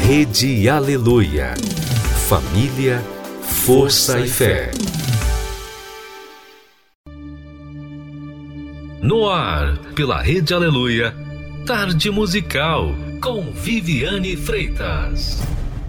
Rede Aleluia. Família, força e fé. No ar, pela Rede Aleluia, Tarde Musical, com Viviane Freitas.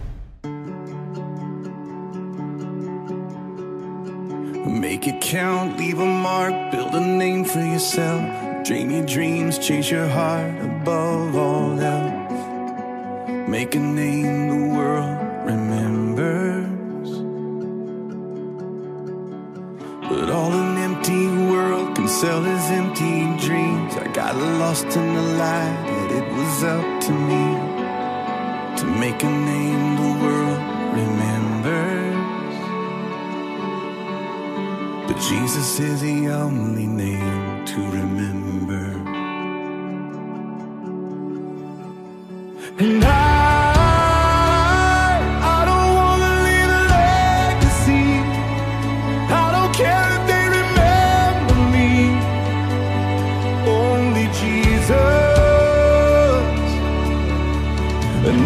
Make it count, leave a mark, build a name for yourself. Dream your dreams, chase your heart above all else. Make a name the world remembers. But all an empty world can sell is empty dreams. I got lost in the light that it was up to me to make a name the world remembers. But Jesus is the only name to remember. And I don't wanna leave a legacy. I don't care if they remember me. Only Jesus. And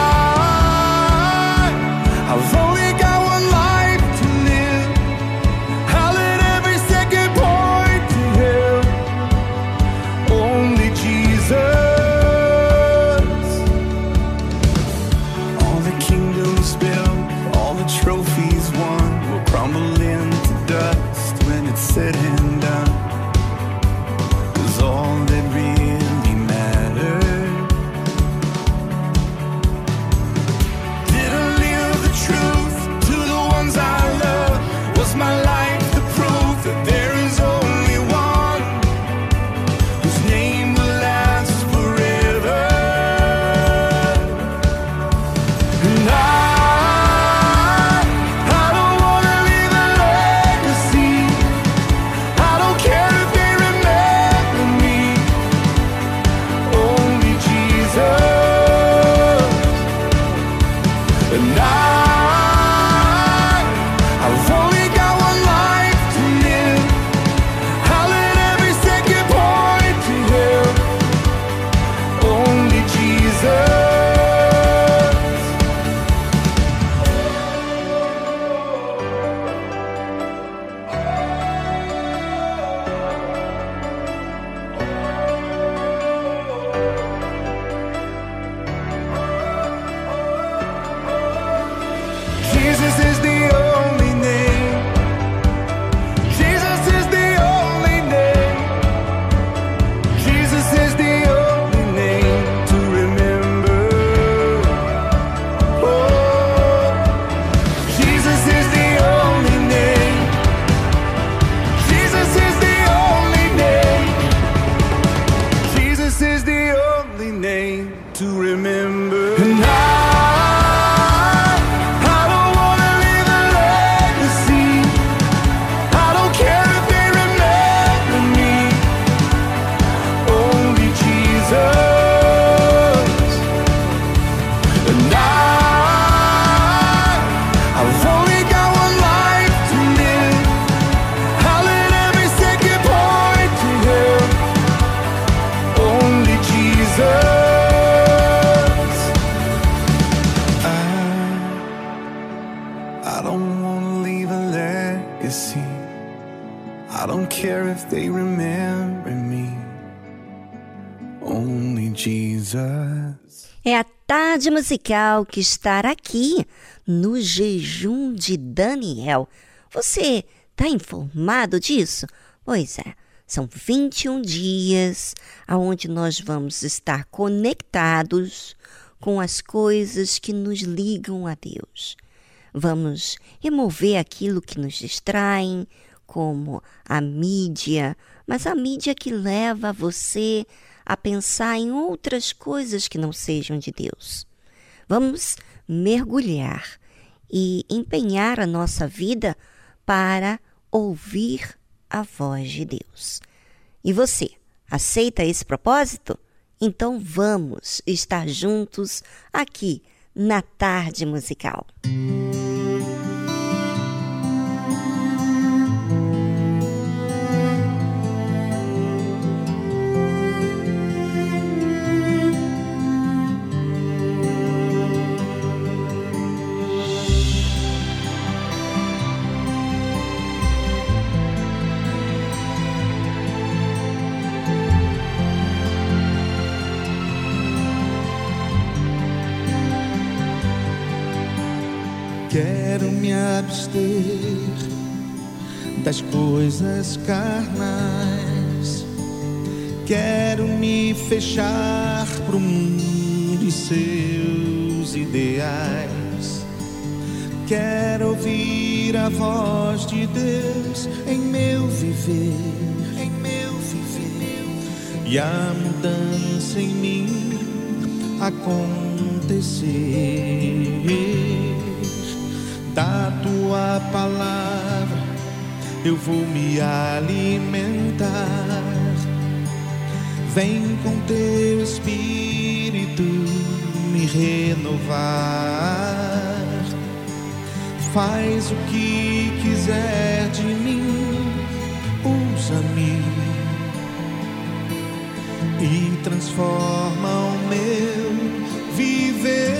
I've only got one life to live. I'll let every second point to Him. Only Jesus. Trophies won will crumble into dust when it's said and done. 'Cause all that really mattered, did I live the truth to the ones I love? Was my life the proof that there is only one whose name will last forever? And é a tarde musical que está aqui no jejum de Daniel. Você está informado disso? Pois é, são 21 dias onde nós vamos estar conectados com as coisas que nos ligam a Deus. Vamos remover aquilo que nos distrai, como a mídia, mas a mídia que leva você a pensar em outras coisas que não sejam de Deus. Vamos mergulhar e empenhar a nossa vida para ouvir a voz de Deus. E você, aceita esse propósito? Então vamos estar juntos aqui na Tarde Musical. Quero me abster das coisas carnais. Quero me fechar pro mundo e seus ideais. Quero ouvir a voz de Deus em meu viver, e a mudança em mim acontecer. Da tua palavra eu vou me alimentar. Vem com teu Espírito me renovar. Faz o que quiser de mim, usa-me e transforma o meu viver.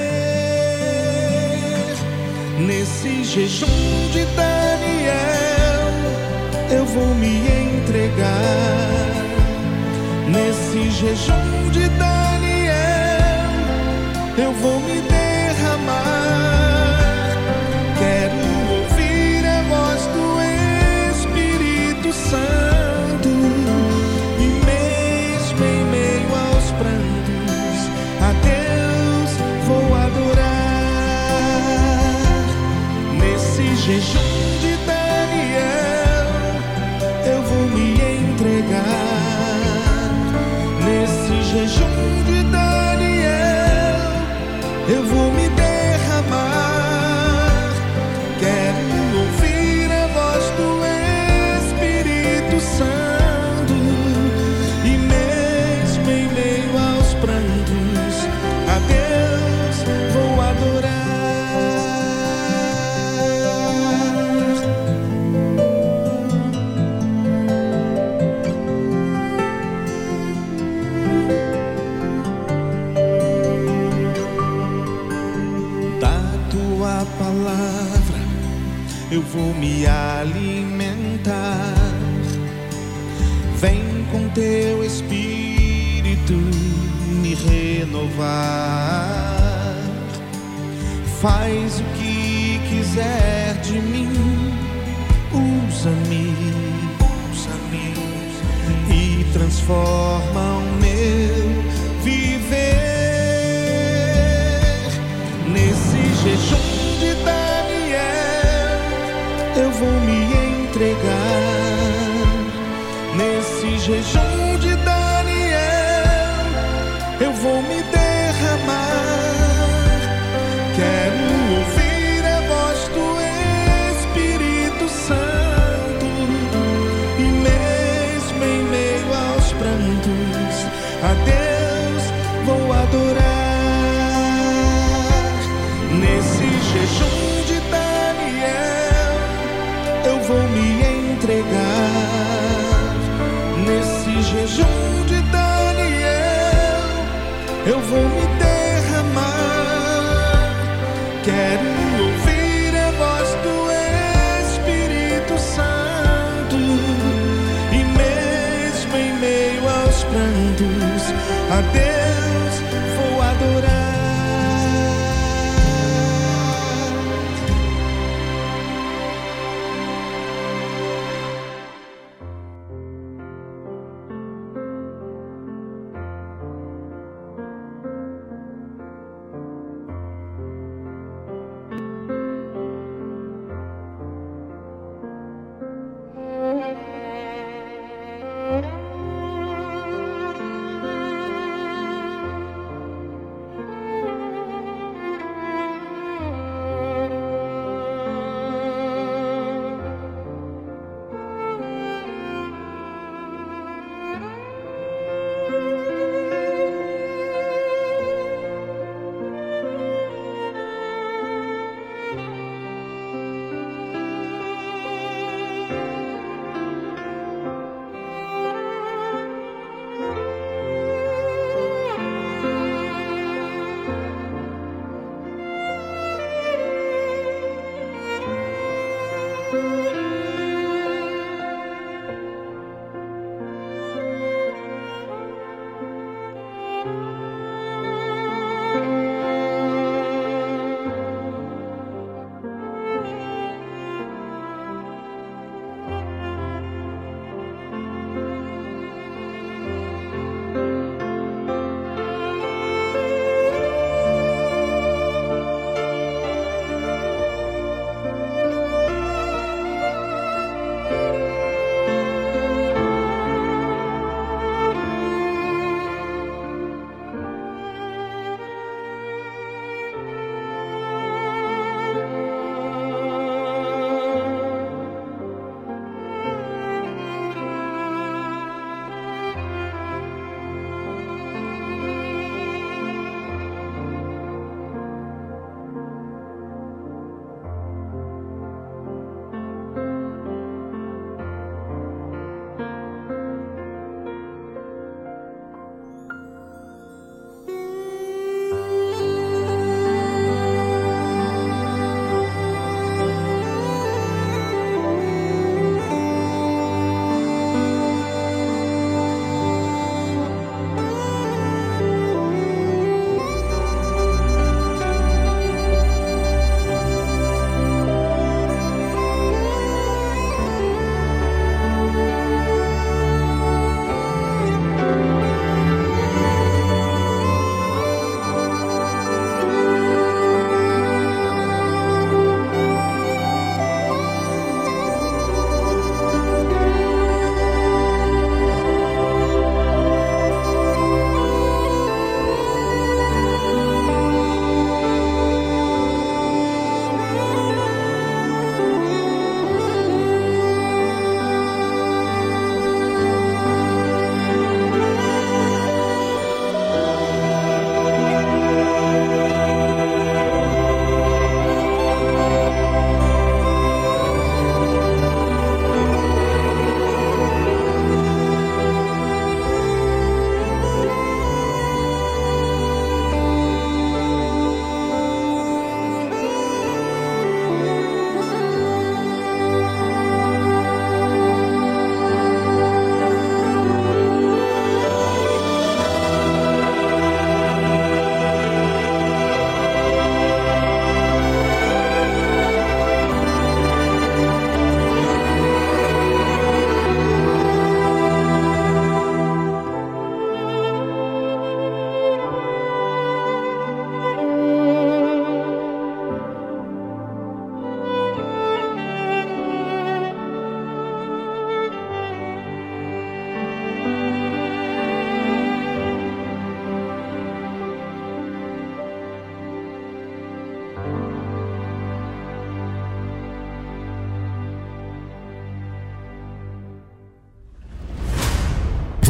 Nesse jejum de Daniel eu vou me entregar. Nesse jejum de Daniel eu vou me derramar. Quero ouvir a voz do Espírito Santo, e mesmo em meio aos prantos a Deus vou adorar. Nesse jejum de Daniel eu vou me entregar. Nesse jejum de Daniel eu vou me derramar. Quero ouvir a voz do Espírito Santo, e mesmo em meio aos prantos a Deus vou adorar. Palavra eu vou me alimentar. Vem com teu Espírito me renovar. Faz o que quiser de mim, usa-me e transforma o meu viver. Nesse jejum de Daniel eu vou me entregar. Nesse jejum de Daniel eu vou me derramar. Quero ouvir a voz do Espírito Santo, e mesmo em meio aos prantos a Deus vou adorar. Nesse jejum de Daniel eu vou me entregar. Nesse jejum de Daniel eu vou me derramar. Quero ouvir a voz do Espírito Santo, e mesmo em meio aos prantos a Deus vou adorar.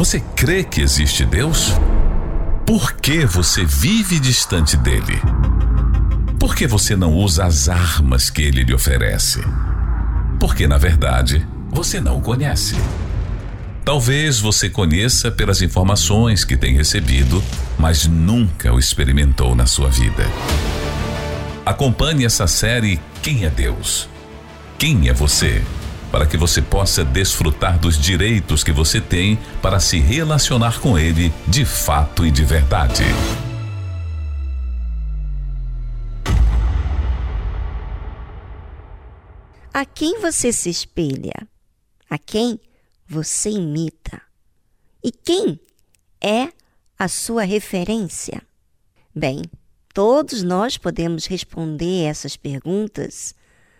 Você crê que existe Deus? Por que você vive distante dele? Por que você não usa as armas que ele lhe oferece? Porque, na verdade, você não o conhece. Talvez você conheça pelas informações que tem recebido, mas nunca o experimentou na sua vida. Acompanhe essa série Quem é Deus? Quem é você? Para que você possa desfrutar dos direitos que você tem para se relacionar com ele de fato e de verdade. A quem você se espelha? A quem você imita? E quem é a sua referência? Bem, todos nós podemos responder essas perguntas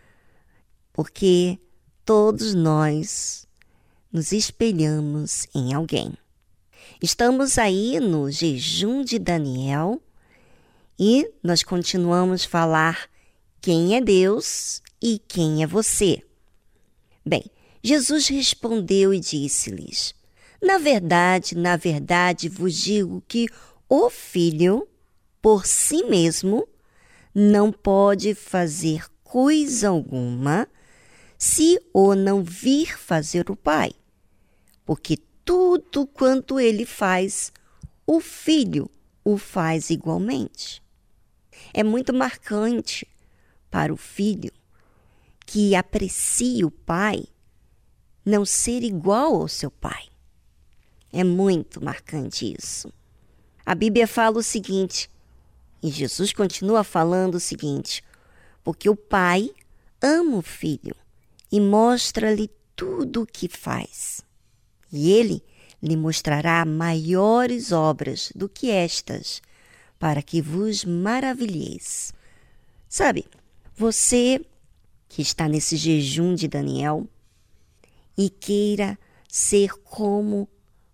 porque todos nós nos espelhamos em alguém. Estamos aí no jejum de Daniel e nós continuamos a falar quem é Deus e quem é você. Bem, Jesus respondeu e disse-lhes: na verdade vos digo que o Filho, por si mesmo, não pode fazer coisa alguma se o não vir fazer o Pai, porque tudo quanto ele faz, o Filho o faz igualmente. É muito marcante para o filho que aprecia o pai não ser igual ao seu pai. É muito marcante isso. A Bíblia fala o seguinte, e Jesus continua falando o seguinte: porque o pai ama o filho e mostra-lhe tudo o que faz. E ele lhe mostrará maiores obras do que estas, para que vos maravilheis. Sabe, você que está nesse jejum de Daniel e queira ser como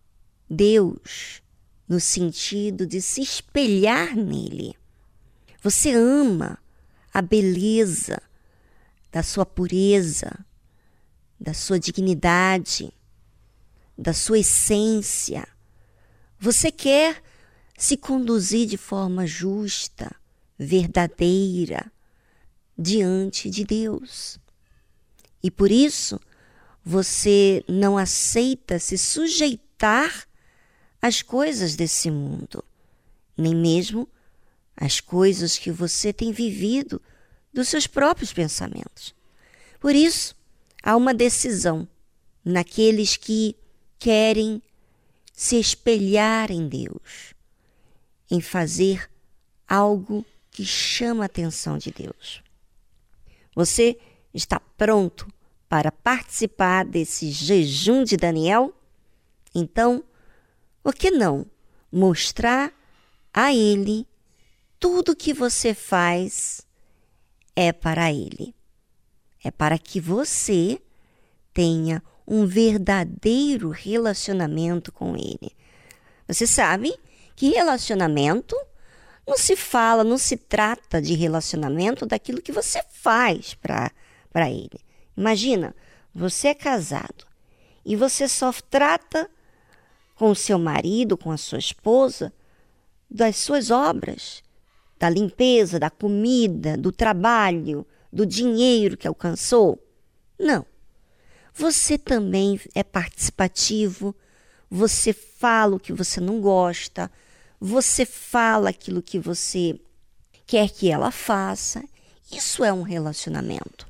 Deus, no sentido de se espelhar nele. Você ama a beleza da sua pureza, da sua dignidade, da sua essência. Você quer se conduzir de forma justa, verdadeira, diante de Deus. E por isso, você não aceita se sujeitar às coisas desse mundo, nem mesmo às coisas que você tem vivido dos seus próprios pensamentos. Por isso, há uma decisão naqueles que querem se espelhar em Deus, em fazer algo que chama a atenção de Deus. Você está pronto para participar desse jejum de Daniel? Então, por que não mostrar a ele tudo que você faz é para ele? É para que você tenha um verdadeiro relacionamento com ele. Você sabe que relacionamento não se fala, não se trata de relacionamento daquilo que você faz para ele. Imagina, você é casado e você só trata com o seu marido, com a sua esposa, das suas obras, da limpeza, da comida, do trabalho, do dinheiro que alcançou. Não. Você também é participativo, você fala o que você não gosta, você fala aquilo que você quer que ela faça. Isso é um relacionamento.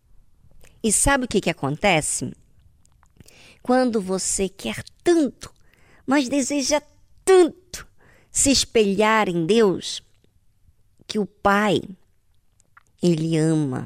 E sabe o que acontece? Quando você quer tanto, mas deseja tanto se espelhar em Deus, que o Pai, Ele ama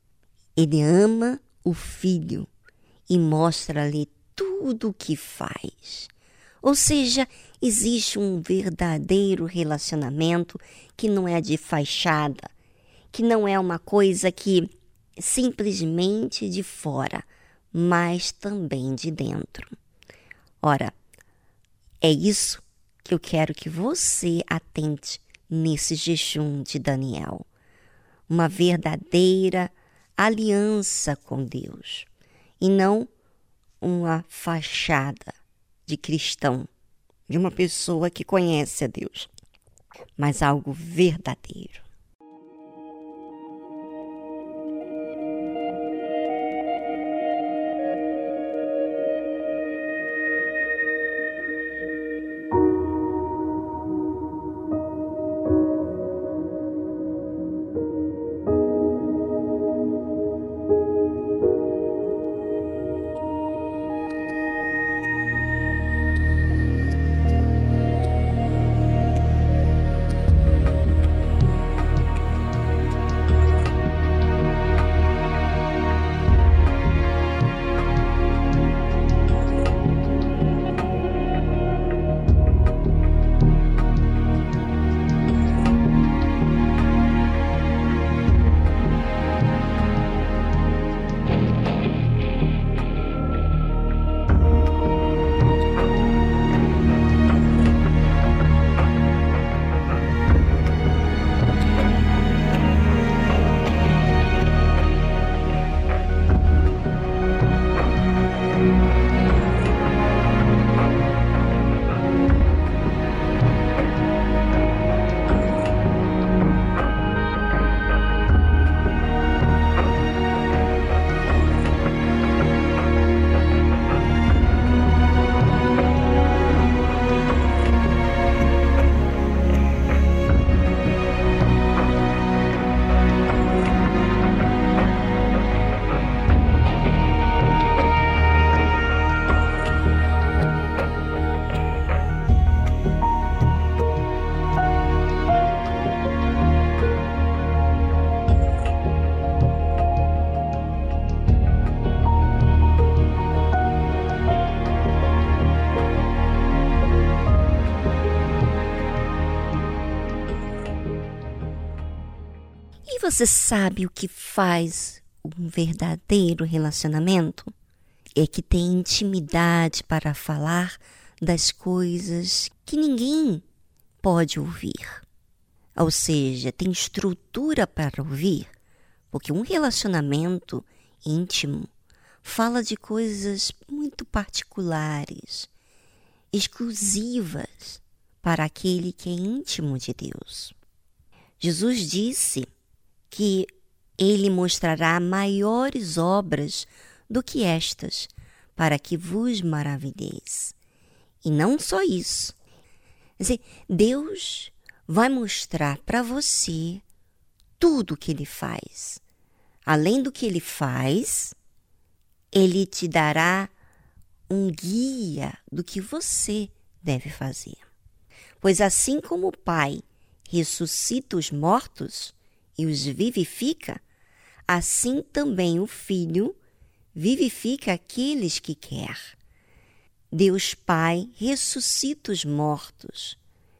o Filho e mostra-lhe tudo o que faz. Ou seja, existe um verdadeiro relacionamento que não é de fachada, que não é uma coisa que simplesmente de fora, mas também de dentro. Ora, é isso que eu quero que você atente nesse jejum de Daniel. Uma verdadeira aliança com Deus e não uma fachada de cristão, de uma pessoa que conhece a Deus, mas algo verdadeiro. Você sabe o que faz um verdadeiro relacionamento? É que tem intimidade para falar das coisas que ninguém pode ouvir. Ou seja, tem estrutura para ouvir, porque um relacionamento íntimo fala de coisas muito particulares, exclusivas para aquele que é íntimo de Deus. Jesus disse que ele mostrará maiores obras do que estas, para que vos maravilheis. E não só isso. Quer dizer, Deus vai mostrar para você tudo o que Ele faz. Além do que Ele faz, Ele te dará um guia do que você deve fazer. Pois assim como o Pai ressuscita os mortos e os vivifica, assim também o Filho vivifica aqueles que quer. Deus Pai ressuscita os mortos.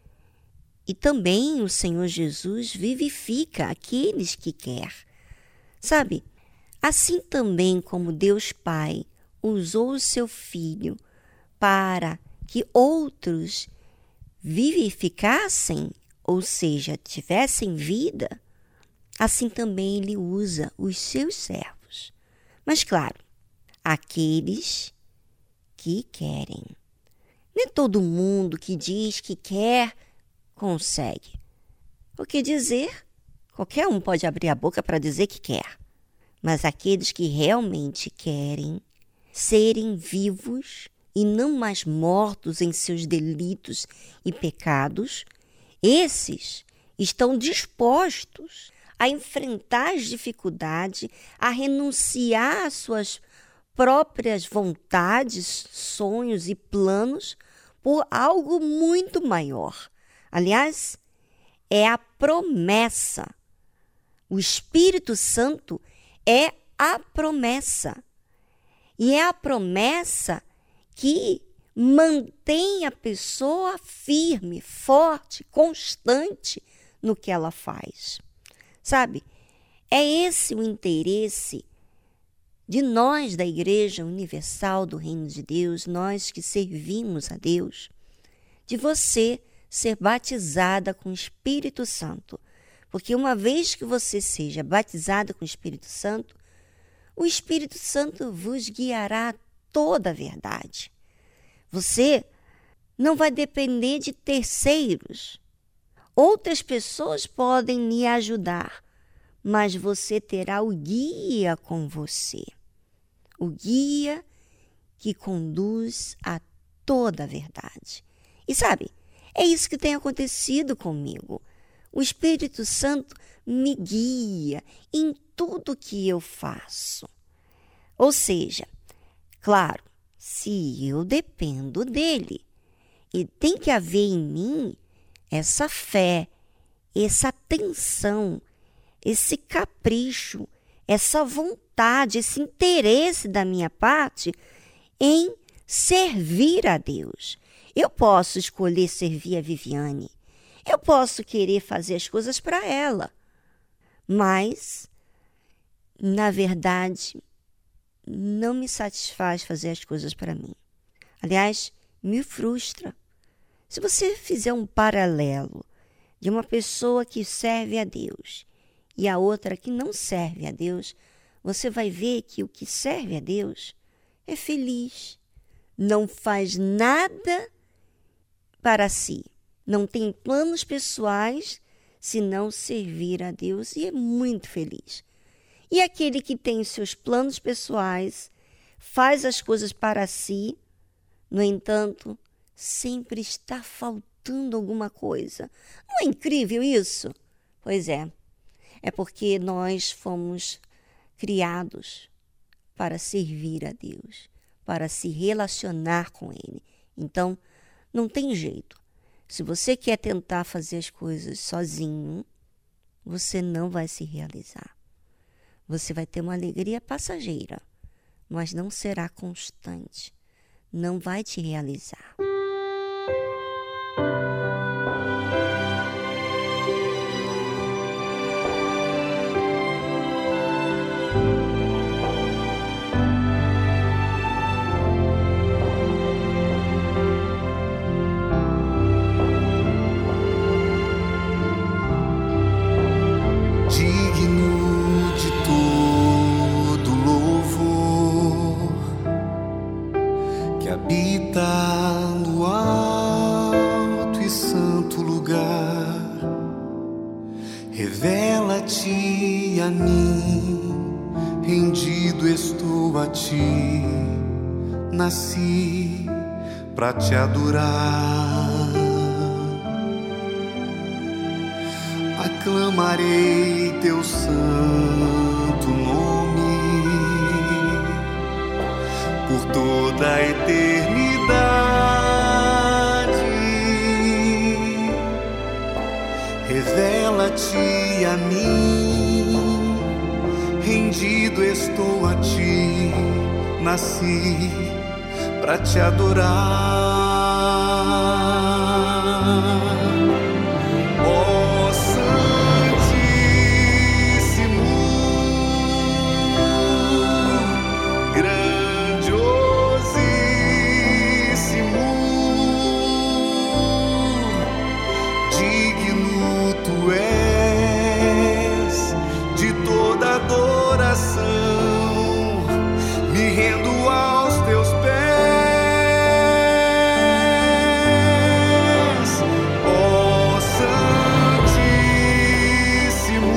E também o Senhor Jesus vivifica aqueles que quer. Sabe, assim também como Deus Pai usou o seu Filho para que outros vivificassem, ou seja, tivessem vida, assim também Ele usa os seus servos. Mas claro, aqueles que querem. Nem todo mundo que diz que quer, consegue. O que dizer? Qualquer um pode abrir a boca para dizer que quer. Mas aqueles que realmente querem serem vivos e não mais mortos em seus delitos e pecados, esses estão dispostos a enfrentar as dificuldades, a renunciar às suas próprias vontades, sonhos e planos por algo muito maior. Aliás, é a promessa. O Espírito Santo é a promessa. E é a promessa que mantém a pessoa firme, forte, constante no que ela faz. Sabe, é esse o interesse de nós da Igreja Universal do Reino de Deus, nós que servimos a Deus, de você ser batizada com o Espírito Santo. Porque uma vez que você seja batizada com o Espírito Santo vos guiará a toda a verdade. Você não vai depender de terceiros. Outras pessoas podem lhe ajudar, mas você terá o guia com você. O guia que conduz a toda a verdade. E sabe, é isso que tem acontecido comigo. O Espírito Santo me guia em tudo que eu faço. Ou seja, claro, se eu dependo dele, e tem que haver em mim essa fé, essa atenção, esse capricho, essa vontade, esse interesse da minha parte em servir a Deus. Eu posso escolher servir a Viviane, eu posso querer fazer as coisas para ela, mas, na verdade, não me satisfaz fazer as coisas para mim. Aliás, me frustra. Se você fizer um paralelo de uma pessoa que serve a Deus e a outra que não serve a Deus, você vai ver que o que serve a Deus é feliz, não faz nada para si, não tem planos pessoais senão servir a Deus e é muito feliz. E aquele que tem os seus planos pessoais, faz as coisas para si, no entanto, sempre está faltando alguma coisa. Não é incrível isso? Pois é. É porque nós fomos criados para servir a Deus, para se relacionar com Ele. Então, não tem jeito. Se você quer tentar fazer as coisas sozinho, você não vai se realizar. Você vai ter uma alegria passageira, mas não será constante. Não vai te realizar. No alto e santo lugar, revela-te a mim, rendido estou a ti, nasci pra te adorar. Aclamarei teu santo nome por toda a eternidade. Revela-te a mim, rendido estou a ti, nasci pra te adorar. Ó Santíssimo, digno tu és de toda adoração, me rendo aos teus pés. Ó Santíssimo,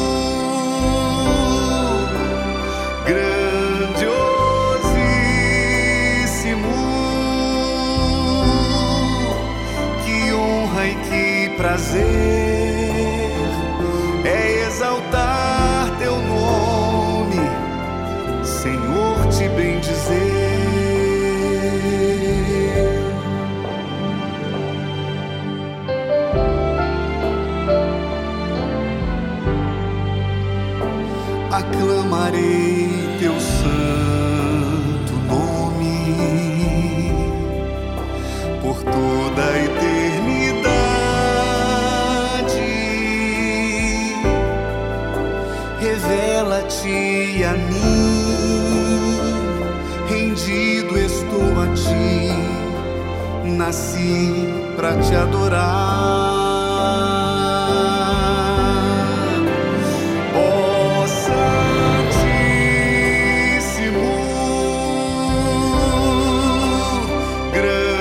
grandiosíssimo, que honra e que prazer é exaltar teu nome, Senhor, te bendizer. Aclamarei teu santo nome por toda a eternidade. Revela-te a mim, rendido estou a ti, nasci pra te adorar. Ó Santíssimo, grande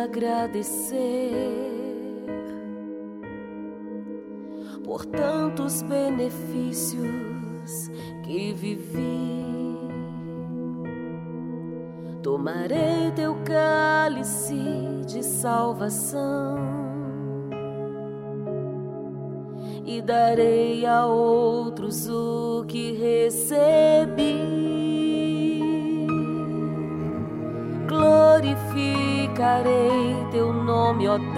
agradecer por tantos benefícios que vivi. Tomarei teu cálice de salvação e darei a outros o que recebi. Glorificarei teu nome, ó Deus.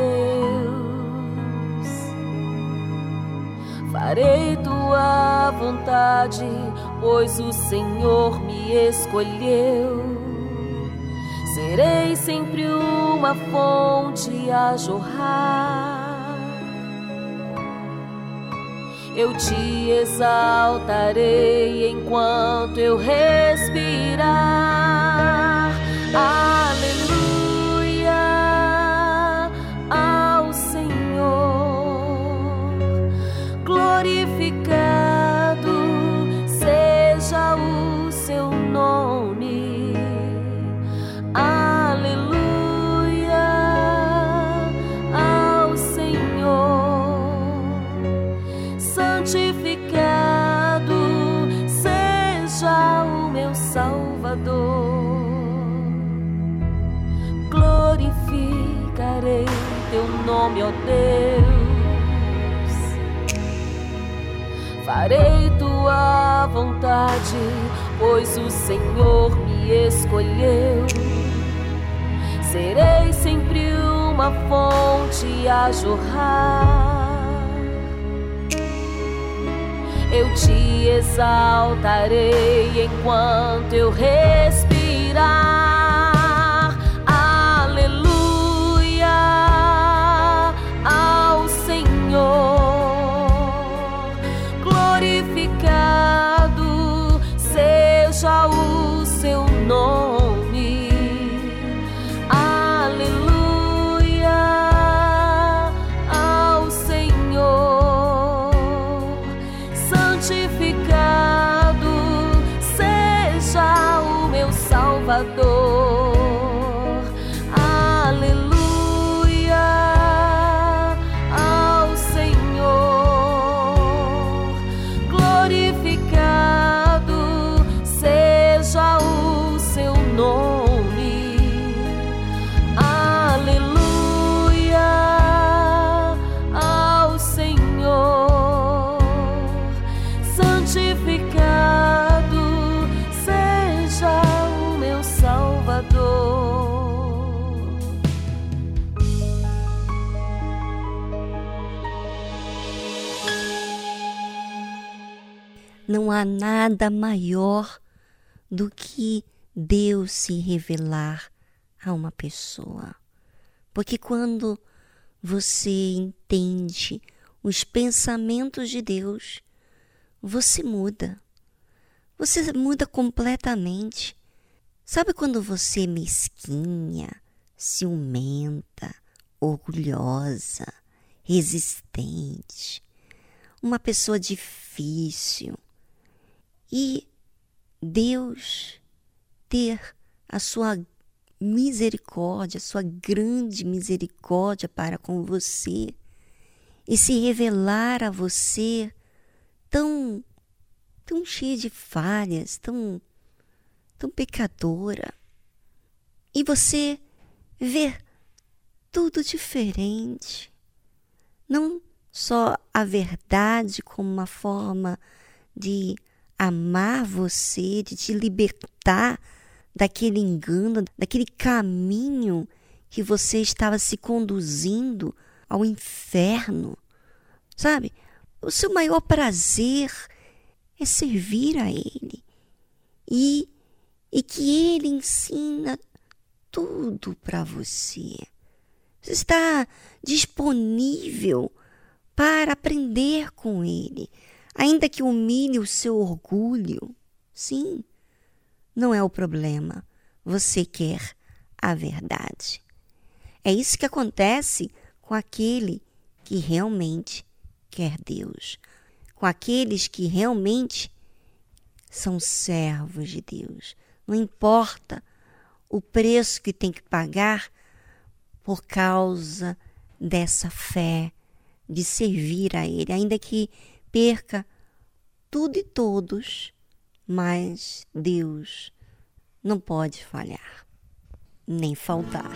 Farei tua vontade, pois o Senhor me escolheu. Serei sempre uma fonte a jorrar. Eu te exaltarei enquanto eu respirar. Aleluia ao Senhor. Glorificado seja o seu nome. Aleluia ao Senhor. Santificado seja o meu Salvador. Glorificarei teu nome, ó Deus. Farei tua vontade, pois o Senhor me escolheu. Serei sempre uma fonte a jorrar. Eu te exaltarei enquanto eu respirar. Aleluia ao Senhor. Glorificado seja o seu nome. Salvador. Aleluia ao Senhor. Glorificado seja o seu nome. Aleluia ao Senhor. Santificado seja Salvador. Não há nada maior do que Deus se revelar a uma pessoa. Porque quando você entende os pensamentos de Deus, você muda. Você muda completamente. Sabe quando você é mesquinha, ciumenta, orgulhosa, resistente, uma pessoa difícil, e Deus ter a sua misericórdia, a sua grande misericórdia para com você e se revelar a você tão cheia de falhas, tão pecadora, e você ver tudo diferente, não só a verdade como uma forma de amar você, de te libertar daquele engano, daquele caminho que você estava se conduzindo ao inferno, sabe? O seu maior prazer é servir a Ele e que Ele ensina tudo para você. Você está disponível para aprender com Ele, ainda que humilhe o seu orgulho. Sim, não é o problema. Você quer a verdade. É isso que acontece com aquele que realmente quer Deus, com aqueles que realmente são servos de Deus. Não importa o preço que tem que pagar por causa dessa fé de servir a Ele, ainda que perca tudo e todos, mas Deus não pode falhar, nem faltar.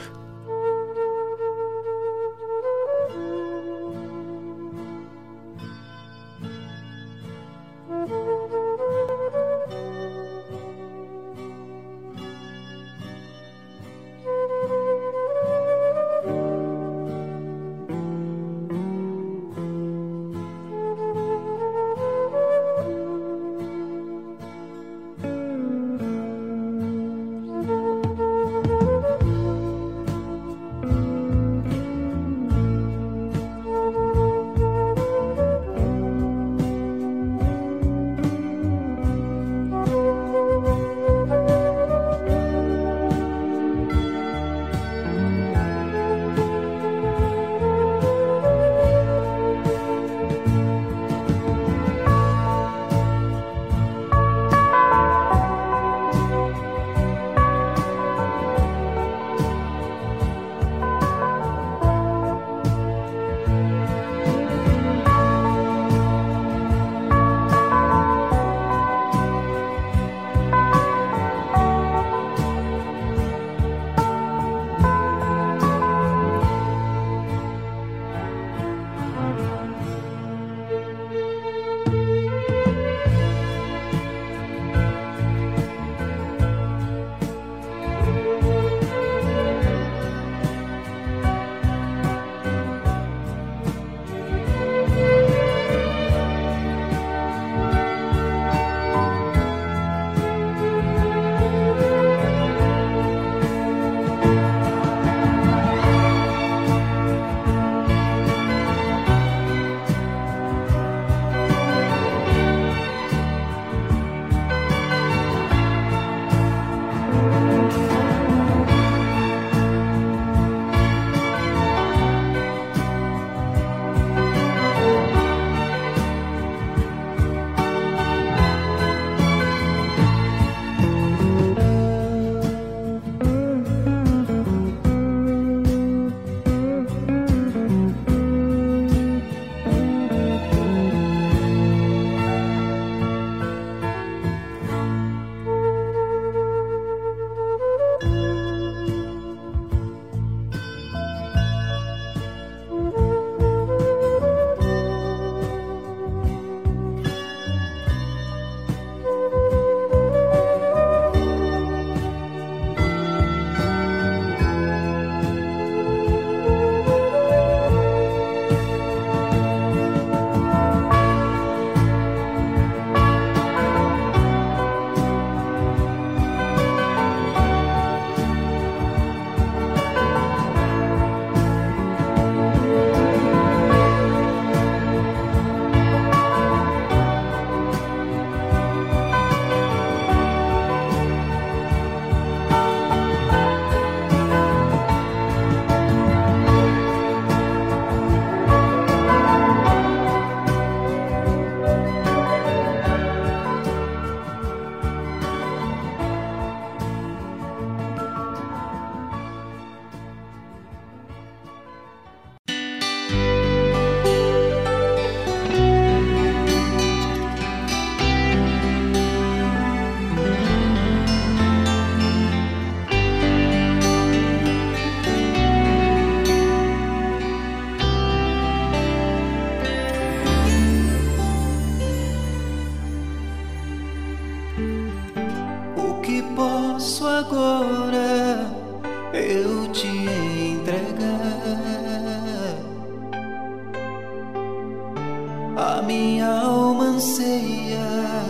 A minha alma anseia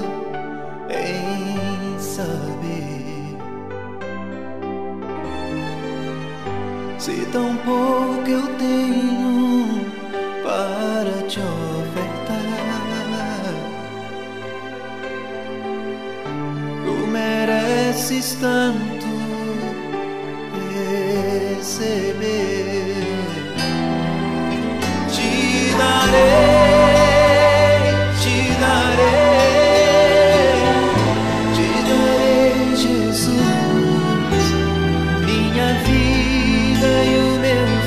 em saber se tão pouco eu tenho para te ofertar. Tu mereces tanto receber. Te darei, te darei, te darei, Jesus, minha vida e o meu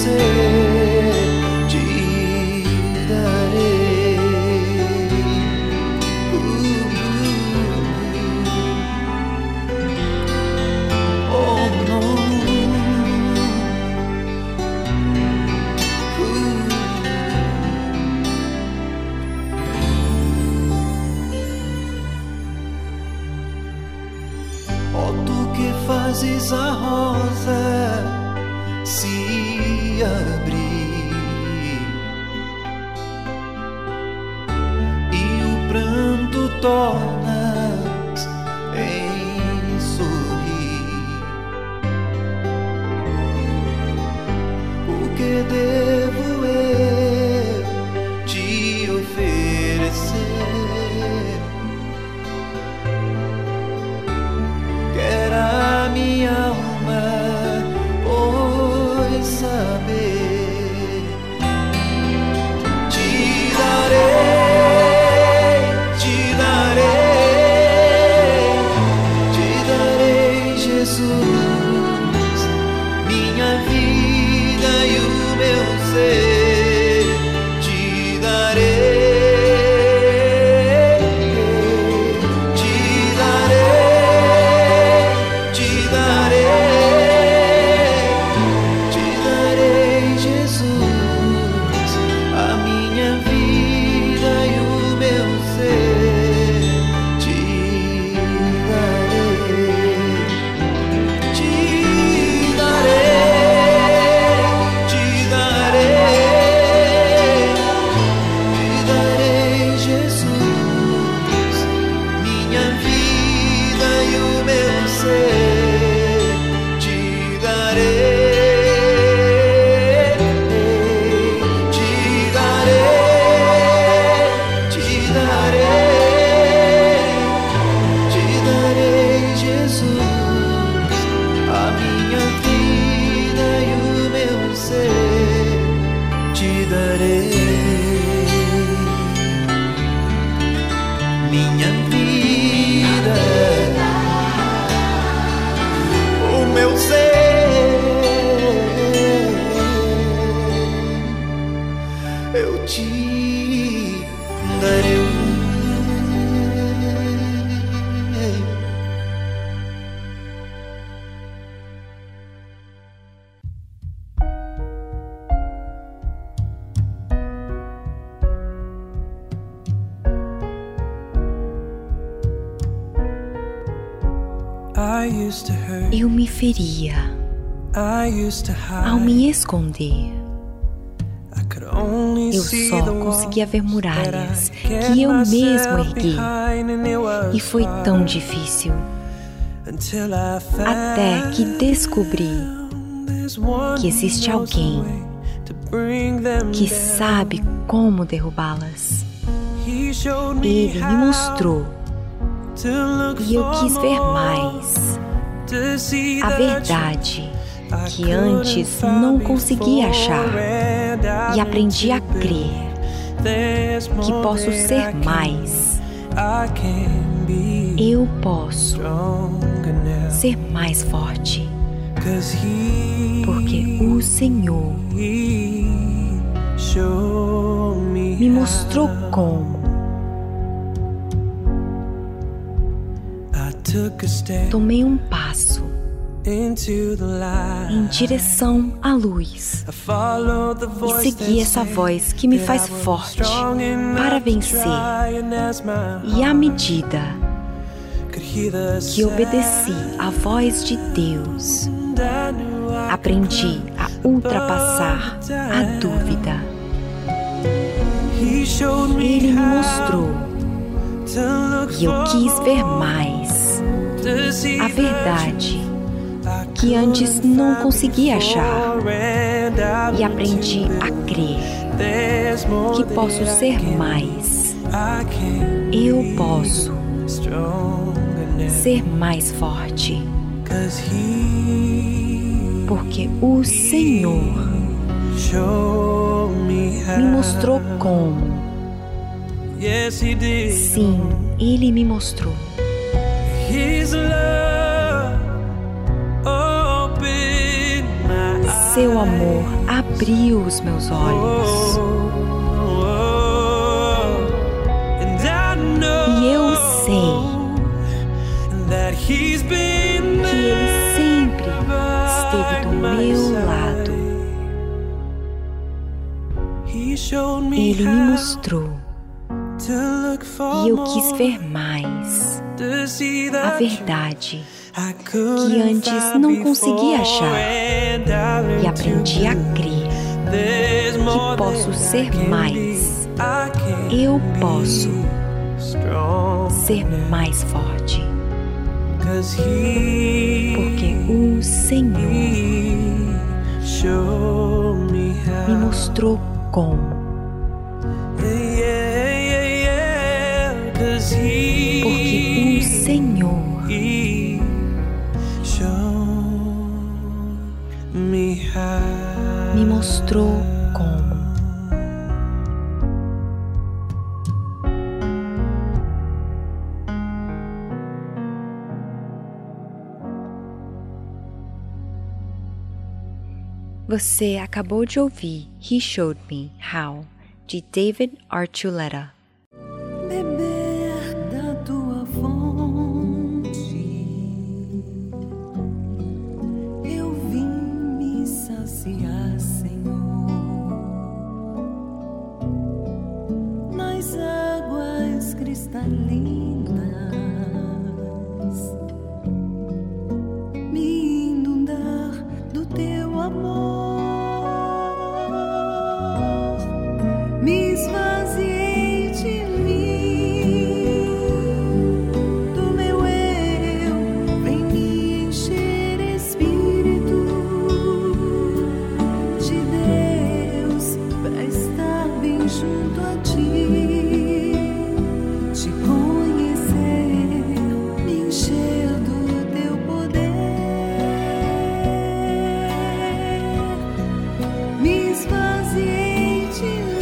ser, te darei. Oh, não. Oh, tu que fazes a rosa se abrir e o pranto tornas em sorrir. O que devo eu te oferecer? Quer a minha alma, pois saber, te darei, te darei, te darei, Jesus, minha vida e o meu ser, te darei. Eu me feria ao me esconder. Eu só conseguia ver muralhas que eu mesmo ergui. E foi tão difícil. Até que descobri que existe alguém que sabe como derrubá-las. Ele me mostrou. E eu quis ver mais. A verdade que antes não conseguia achar. E aprendi a crer que posso ser mais. Eu posso ser mais forte. Porque o Senhor me mostrou como. Tomei um passo em direção à luz e segui essa voz que me faz forte para vencer. E à medida que obedeci à voz de Deus, aprendi a ultrapassar a dúvida. Ele me mostrou e eu quis ver mais. A verdade que antes não conseguia achar. E aprendi a crer que posso ser mais. Eu posso ser mais forte. Porque o Senhor me mostrou como. Sim, Ele me mostrou. seu amor abriu os meus olhos. E eu sei que Ele sempre esteve do meu lado. Ele me mostrou e eu quis ver mais a verdade que antes não conseguia achar, e aprendi a crer que posso ser mais. Eu posso ser mais forte, porque o Senhor me mostrou como. Porque o Senhor me mostrou como. Você acabou de ouvir He Showed Me How, de David Archuleta. Beber da tua fonte, eu vim me saciar, Senhor, nas águas cristalinas, me inundar do teu amor. Me esvaziei de mim, do meu eu, vem me encher, Espírito de Deus, pra estar bem junto a ti, te conhecer, me encher do teu poder, me esvaziei de mim.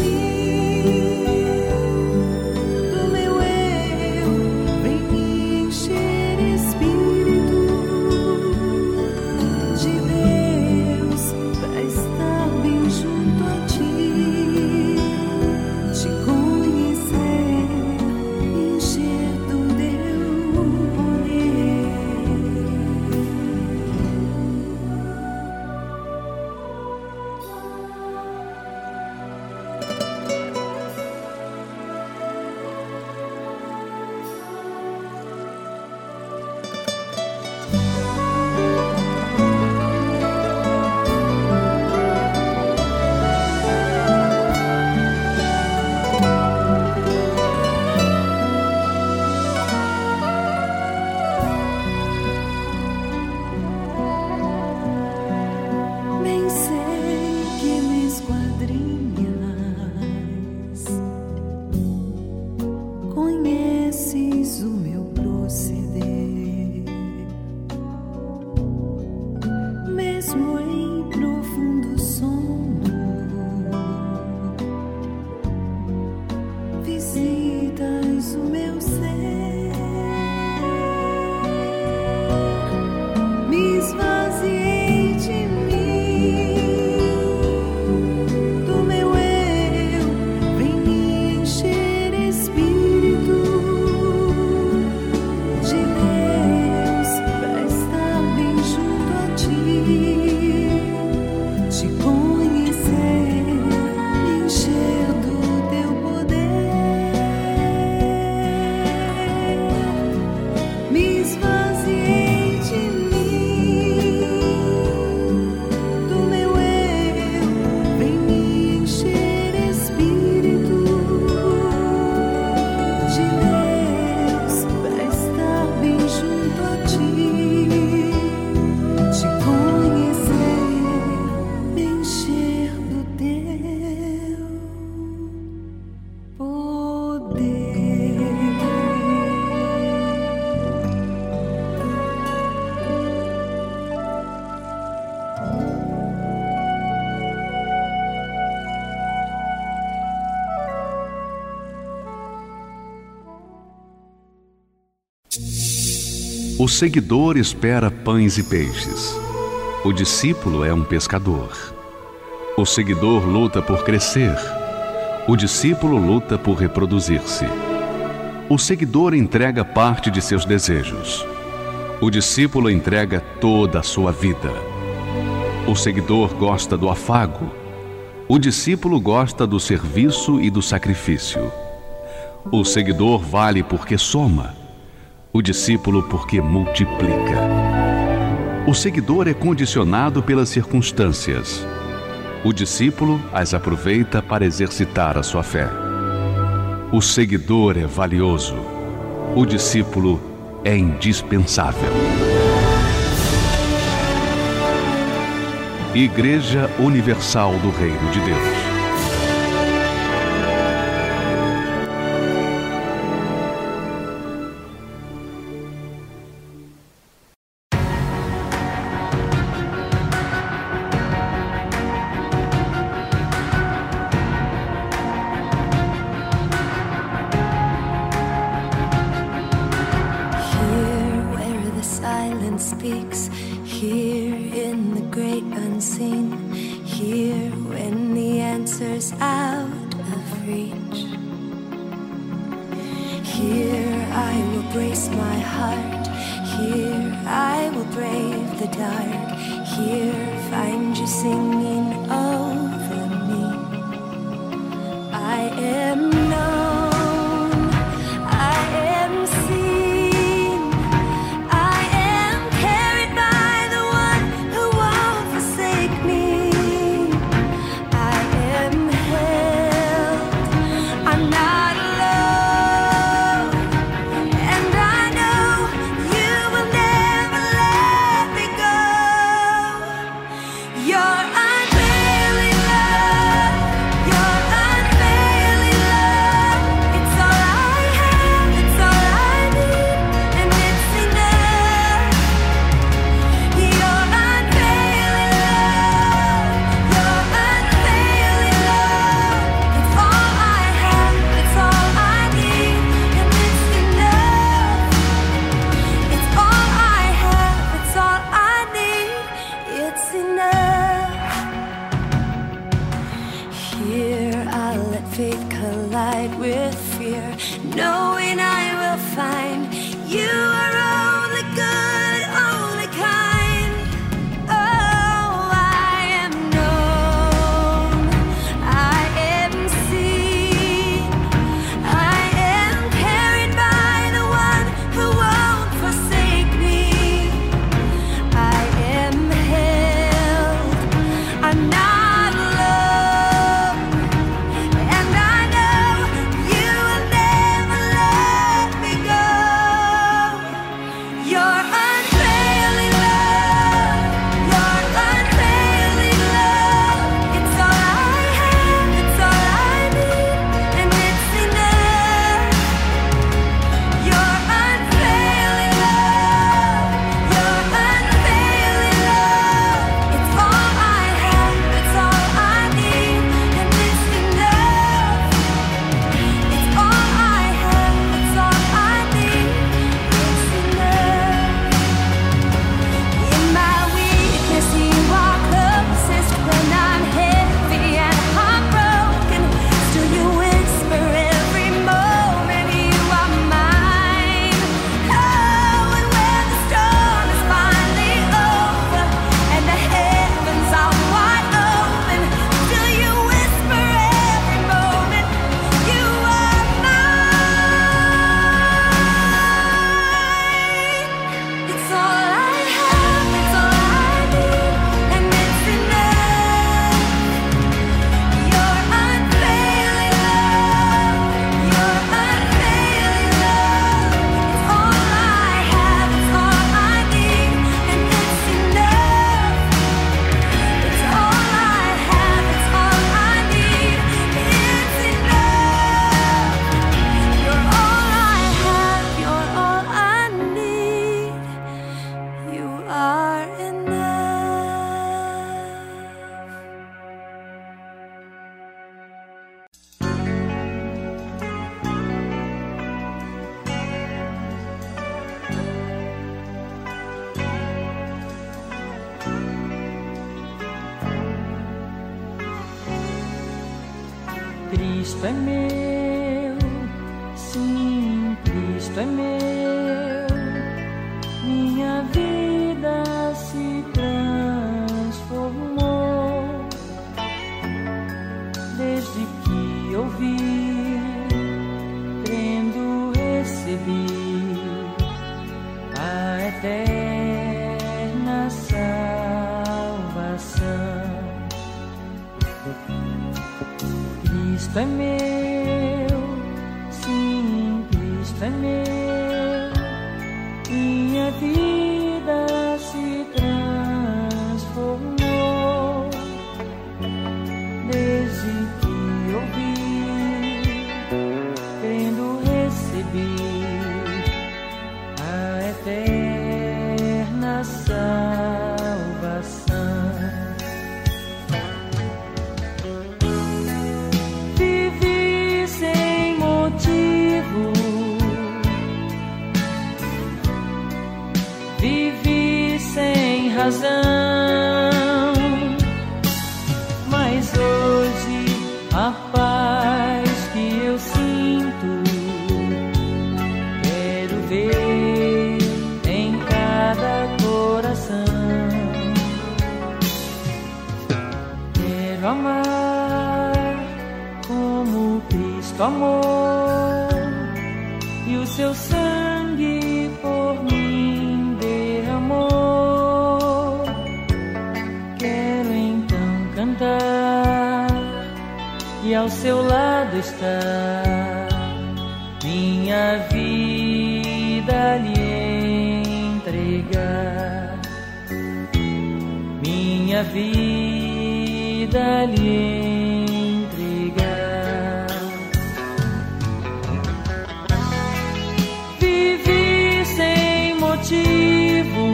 O seguidor espera pães e peixes. O discípulo é um pescador. O seguidor luta por crescer. O discípulo luta por reproduzir-se. O seguidor entrega parte de seus desejos. O discípulo entrega toda a sua vida. O seguidor gosta do afago. O discípulo gosta do serviço e do sacrifício. O seguidor vale porque soma. O discípulo porque multiplica. O seguidor é condicionado pelas circunstâncias. O discípulo as aproveita para exercitar a sua fé. O seguidor é valioso. O discípulo é indispensável. Igreja Universal do Reino de Deus. You Cristo é meu, sim, Cristo é meu. Minha vida se transformou desde que ouvi, crendo recebi a eterna salvação. Cristo é meu, sim, Cristo é meu. Minha vida se transformou desde que ouvi, crendo recebi a eterna salvação. Vivi sem motivo, vivi sem razão, mas hoje a paz que eu sinto quero ver em cada coração. Quero amar como Cristo amou e o seu sangue por mim derramou. Quero então cantar e ao seu lado estar, minha vida lhe entregar, minha vida lhe entregar. Vivi sem motivo,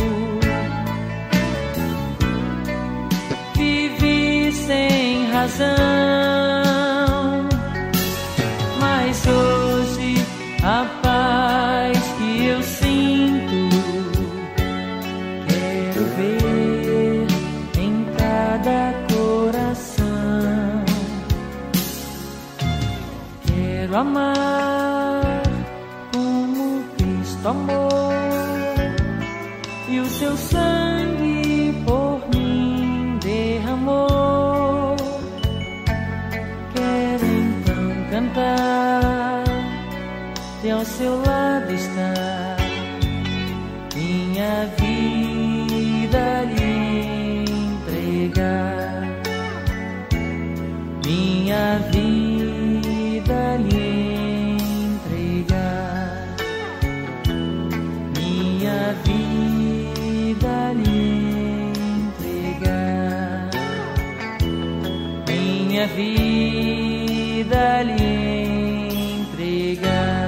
vivi sem razão, mas hoje a paz que eu sinto quero ver em cada coração. Quero amar como Cristo amou e o seu sangue por mim derramou. Quero então cantar e ao seu lado estar, minha vida lhe entregar, minha vida lhe entregar, minha vida lhe entregar, minha vida lhe entregar.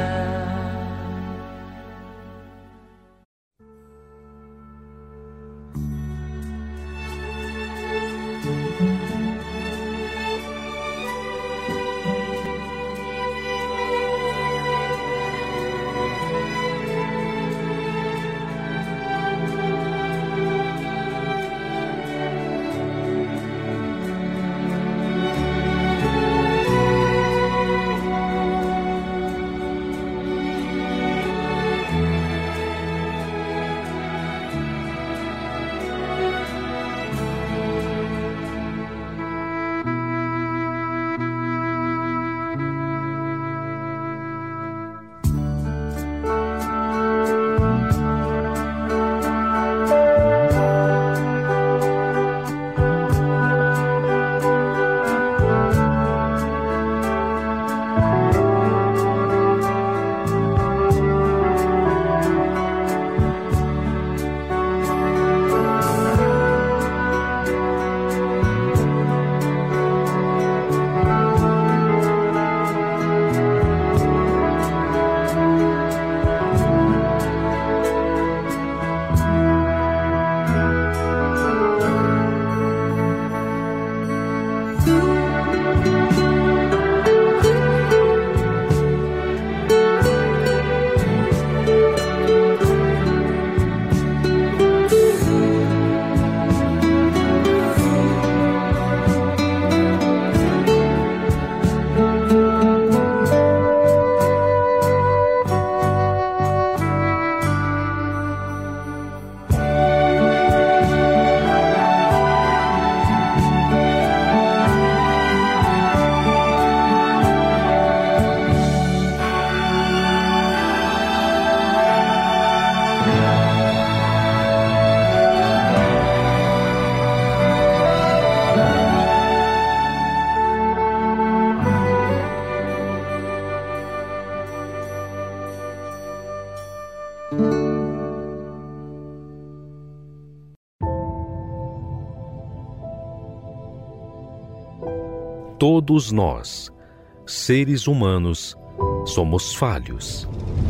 Todos nós, seres humanos, somos falhos.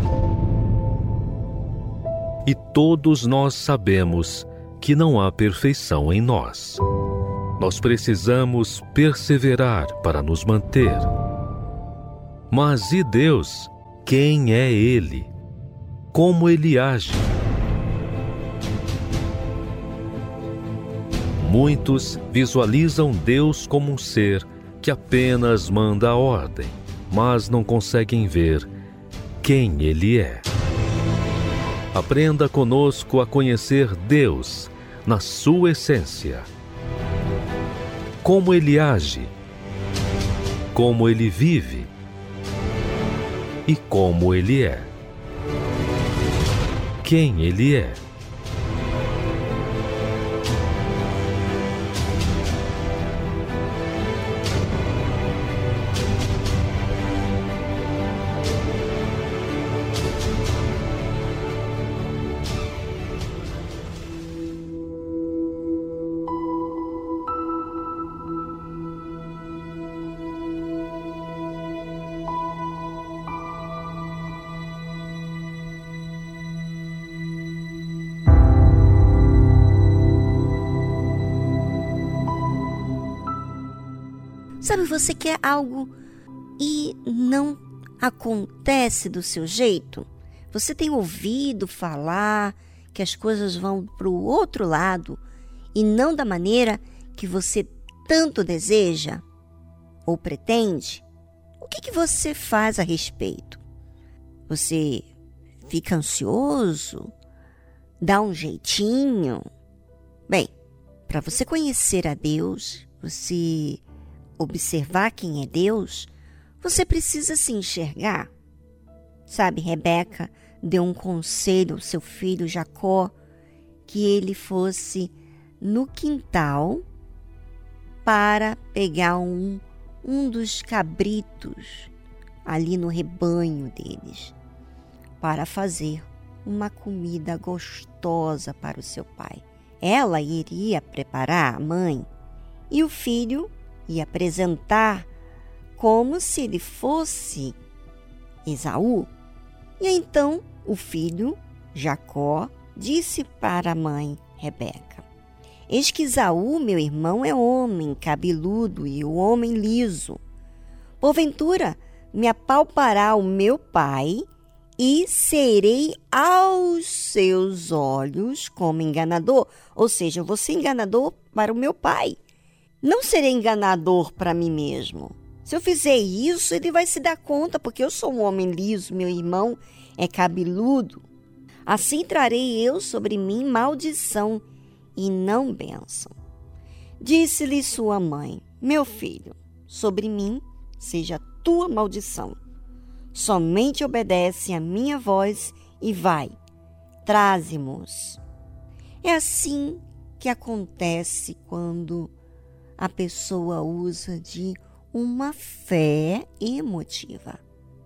E todos nós sabemos que não há perfeição em nós. Nós precisamos perseverar para nos manter. Mas e Deus? Quem é Ele? Como Ele age? Muitos visualizam Deus como um ser que apenas manda a ordem, mas não conseguem ver quem Ele é. Aprenda conosco a conhecer Deus na sua essência. Como Ele age, como Ele vive e como Ele é. Quem Ele é. Sabe, você quer algo e não acontece do seu jeito? Você tem ouvido falar que as coisas vão para o outro lado e não da maneira que você tanto deseja ou pretende? O que você faz a respeito? Você fica ansioso? Dá um jeitinho? Bem, para você conhecer a Deus, você observar quem é Deus, você precisa se enxergar. Sabe, Rebeca deu um conselho ao seu filho Jacó, que ele fosse no quintal para pegar um dos cabritos ali no rebanho deles, para fazer uma comida gostosa para o seu pai. Ela iria preparar a mãe e o filho ia apresentar como se ele fosse Esaú. E então o filho, Jacó, disse para a mãe Rebeca: eis que Esaú, meu irmão, é homem cabeludo e o homem liso. Porventura me apalpará o meu pai e serei aos seus olhos como enganador. Ou seja, eu vou ser enganador para o meu pai. Não serei enganador para mim mesmo. Se eu fizer isso, ele vai se dar conta, porque eu sou um homem liso, meu irmão é cabeludo. Assim trarei eu sobre mim maldição e não bênção. Disse-lhe sua mãe: meu filho, sobre mim seja a tua maldição. Somente obedece a minha voz e vai, traze-mos. É assim que acontece quando a pessoa usa de uma fé emotiva.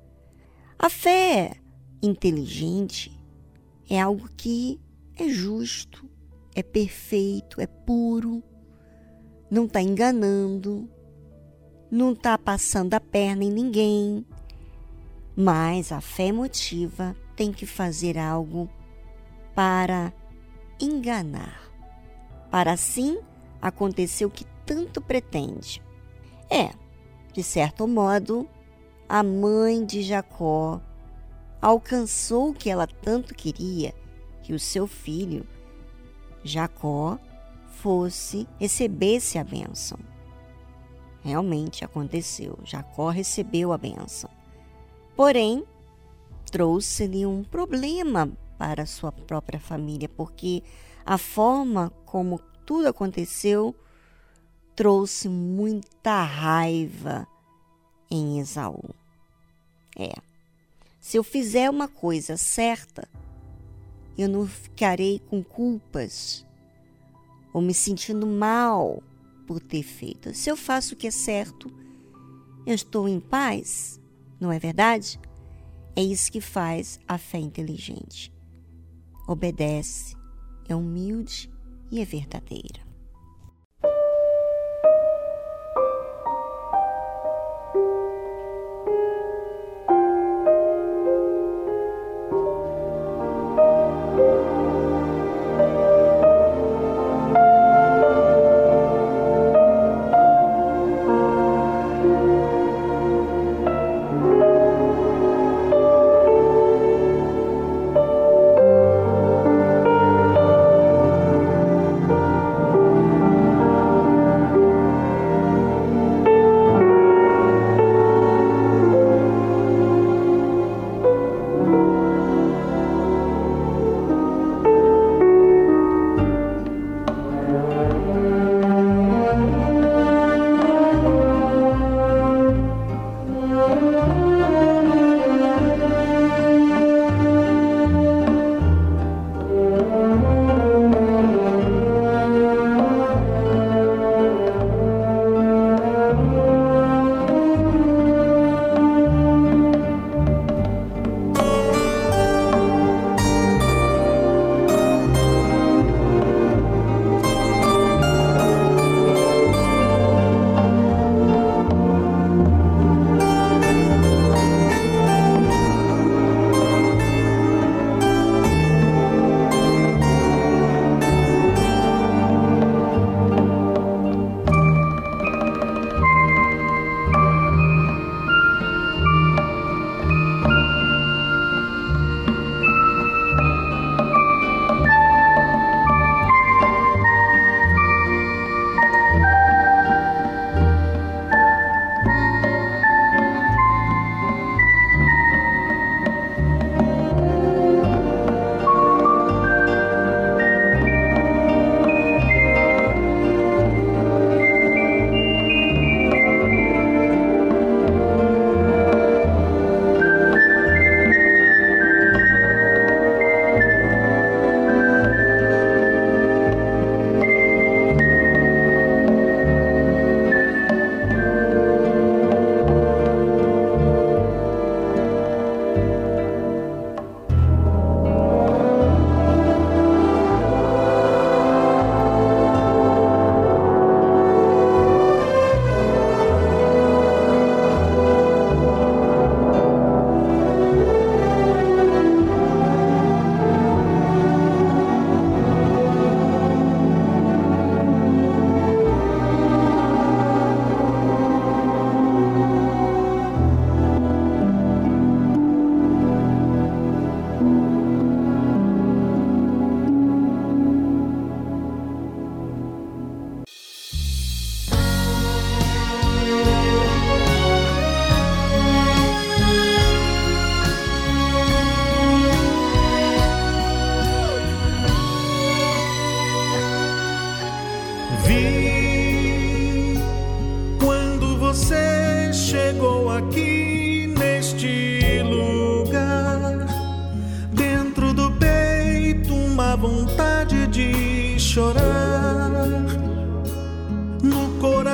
A fé inteligente é algo que é justo, é perfeito, é puro, não está enganando, não está passando a perna em ninguém. Mas a fé emotiva tem que fazer algo para enganar, para assim acontecer o que tanto pretende. De certo modo, a mãe de Jacó alcançou o que ela tanto queria, que o seu filho, Jacó, recebesse a bênção. Realmente aconteceu, Jacó recebeu a bênção. Porém, trouxe-lhe um problema para a sua própria família, porque a forma como tudo aconteceu trouxe muita raiva em Esaú. Se eu fizer uma coisa certa, eu não ficarei com culpas ou me sentindo mal por ter feito. Se eu faço o que é certo, eu estou em paz, não é verdade? É isso que faz a fé inteligente. Obedece, é humilde e é verdadeira.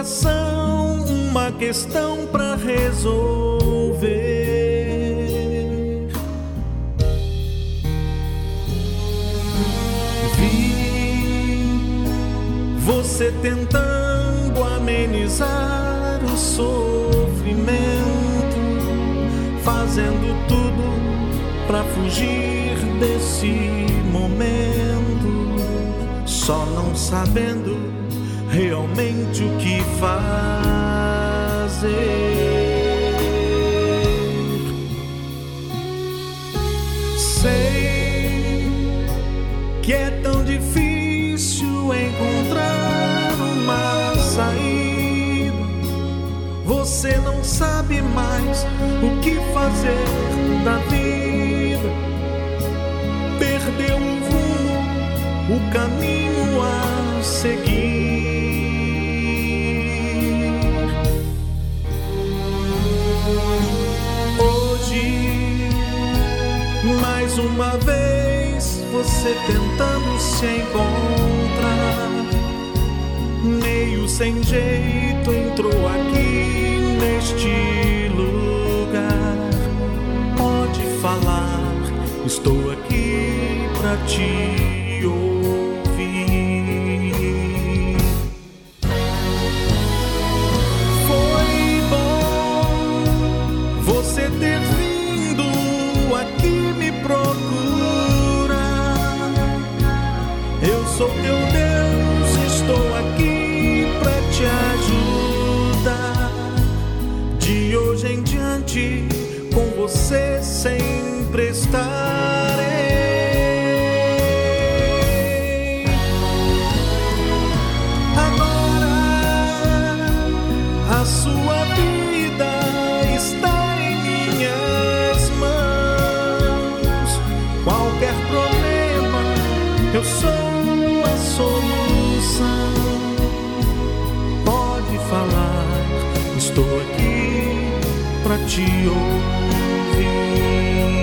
coração uma questão pra resolver. Vi você tentando amenizar o sofrimento, fazendo tudo pra fugir desse momento, só não sabendo realmente o que fazer. Sei que é tão difícil encontrar uma saída. Você não sabe mais o que fazer da vida. Perdeu o rumo, o caminho a seguir. Mais uma vez você tentando se encontrar, meio sem jeito entrou aqui neste lugar. Pode falar, estou aqui pra te ouvir. Foi bom você ter vindo aqui me procurar. Eu sou teu Deus, estou aqui pra te ajudar. De hoje em diante, com você sempre estarei. Agora a sua vida está em minhas mãos. Qualquer problema, eu sou a solução. Pode falar, estou aqui pra te ouvir.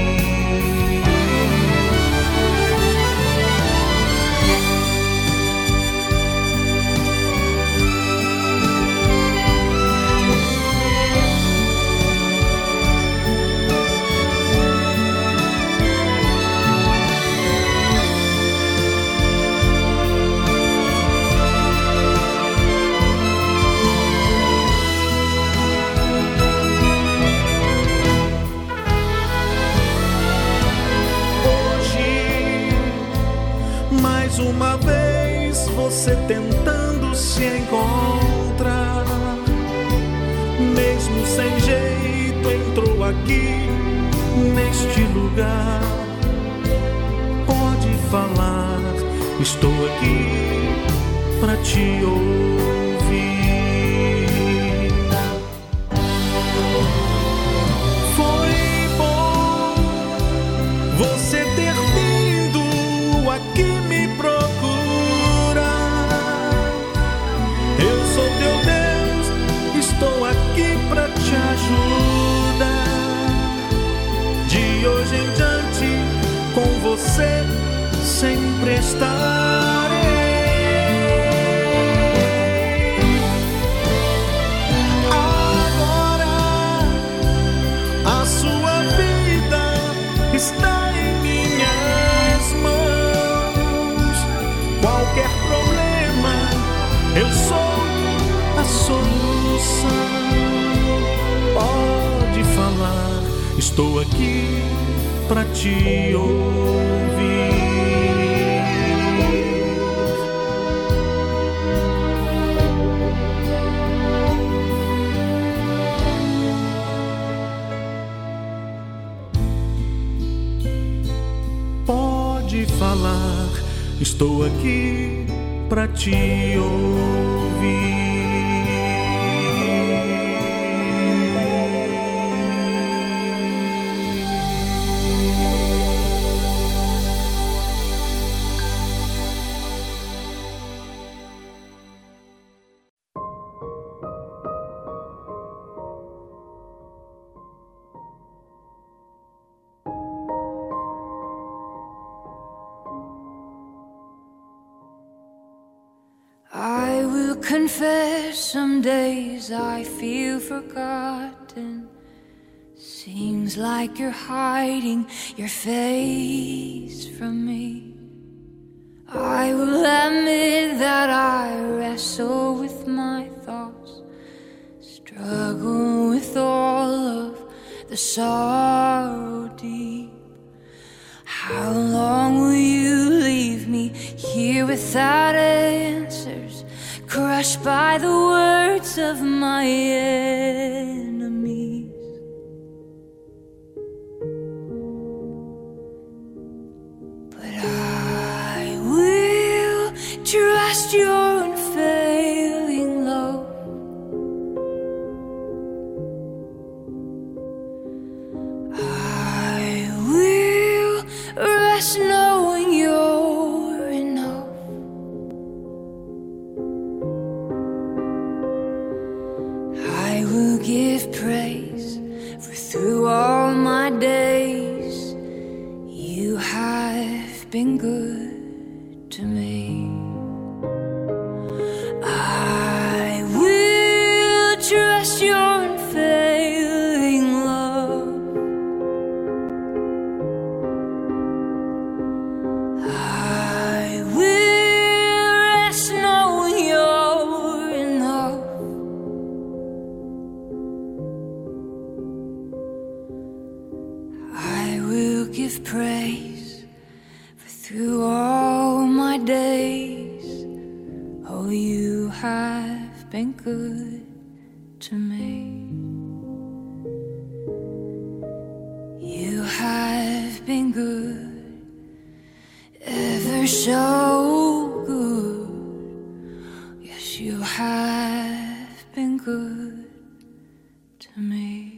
Uma vez você tentando se encontrar, mesmo sem jeito entrou aqui neste lugar. Pode falar, estou aqui pra te ouvir. Foi bom você ter vindo aqui me procurar. Eu sou teu Deus, estou aqui pra te ajudar. De hoje em diante, com você sempre estarei. Agora a sua vida está em minhas mãos. Qualquer problema, eu sou a solução. Pode falar, estou aqui pra te ouvir. Pode falar, estou aqui pra te ouvir. I will confess some days I feel forgotten. Seems like you're hiding your face from me. I will admit that I wrestle with my thoughts, struggle with all of the sorrow deep. How long will you leave me here without answers, crushed by the words of my enemies? But I will trust your unfailing love. I will rest knowing you're enough. I will give praise, for through all my days you have been good to me. I will trust your unfailing love. I will rest knowing you're enough. I will give praise, for through all my days, oh, you have been good to me. You have been good, ever so good. Yes, you have been good to me.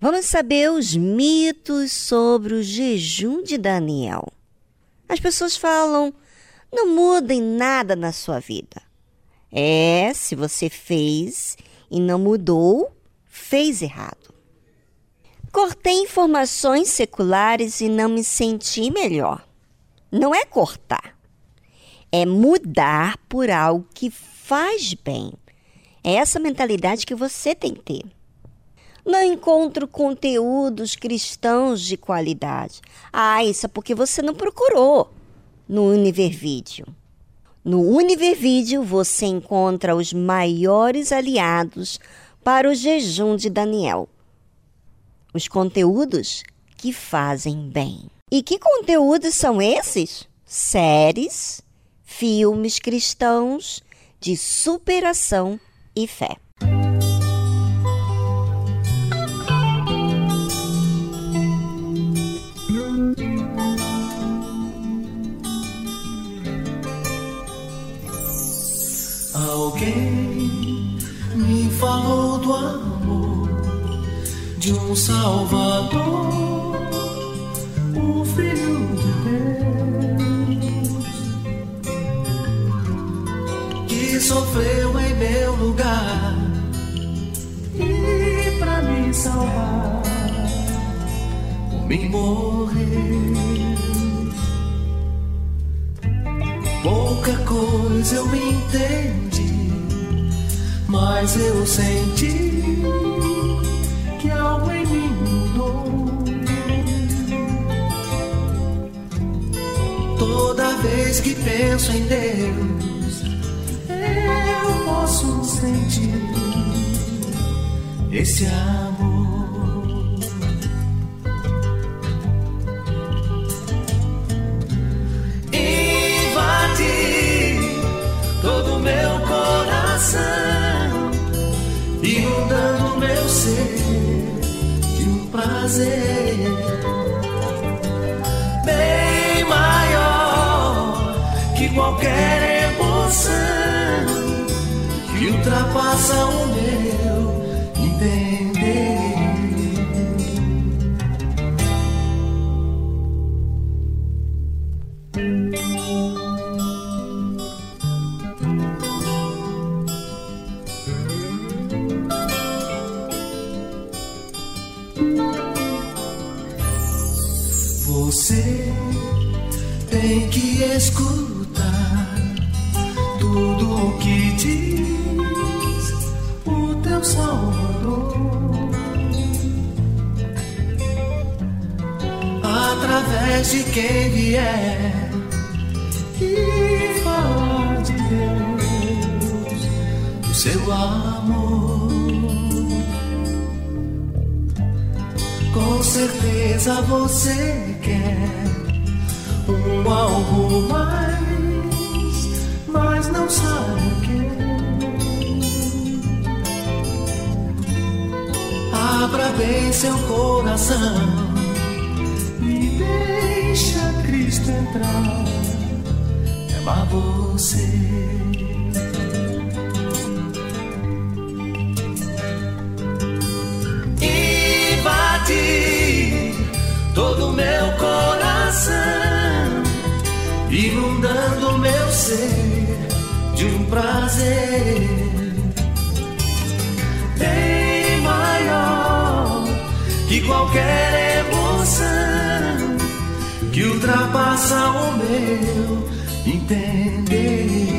Vamos saber os mitos sobre o jejum de Daniel. As pessoas falam, não muda em nada na sua vida. Se você fez e não mudou, fez errado. Cortei informações seculares e não me senti melhor. Não é cortar, é mudar por algo que faz bem. É essa mentalidade que você tem que ter. Não encontro conteúdos cristãos de qualidade. Isso é porque você não procurou no Univervídeo. No Univervídeo você encontra os maiores aliados para o jejum de Daniel. Os conteúdos que fazem bem. E que conteúdos são esses? Séries, filmes cristãos de superação e fé. Alguém me falou do amor de um Salvador, o Filho de Deus, que sofreu em meu lugar e pra me salvar, por mim morreu. Pouca coisa eu entendi, mas eu senti que algo em mim mudou. Toda vez que penso em Deus, eu posso sentir esse amor. Todo meu coração, inundando meu ser de um prazer bem maior que qualquer emoção que ultrapassa o meu entender. Você tem que escutar tudo o que diz o teu Salvador, através de quem vier e falar de Deus, do seu amor. Com certeza você quer algo mais, mas não sabe o que. Abra bem seu coração e deixa Cristo entrar e amar você. Todo meu coração, inundando meu ser de um prazer bem maior que qualquer emoção que ultrapassa o meu entender.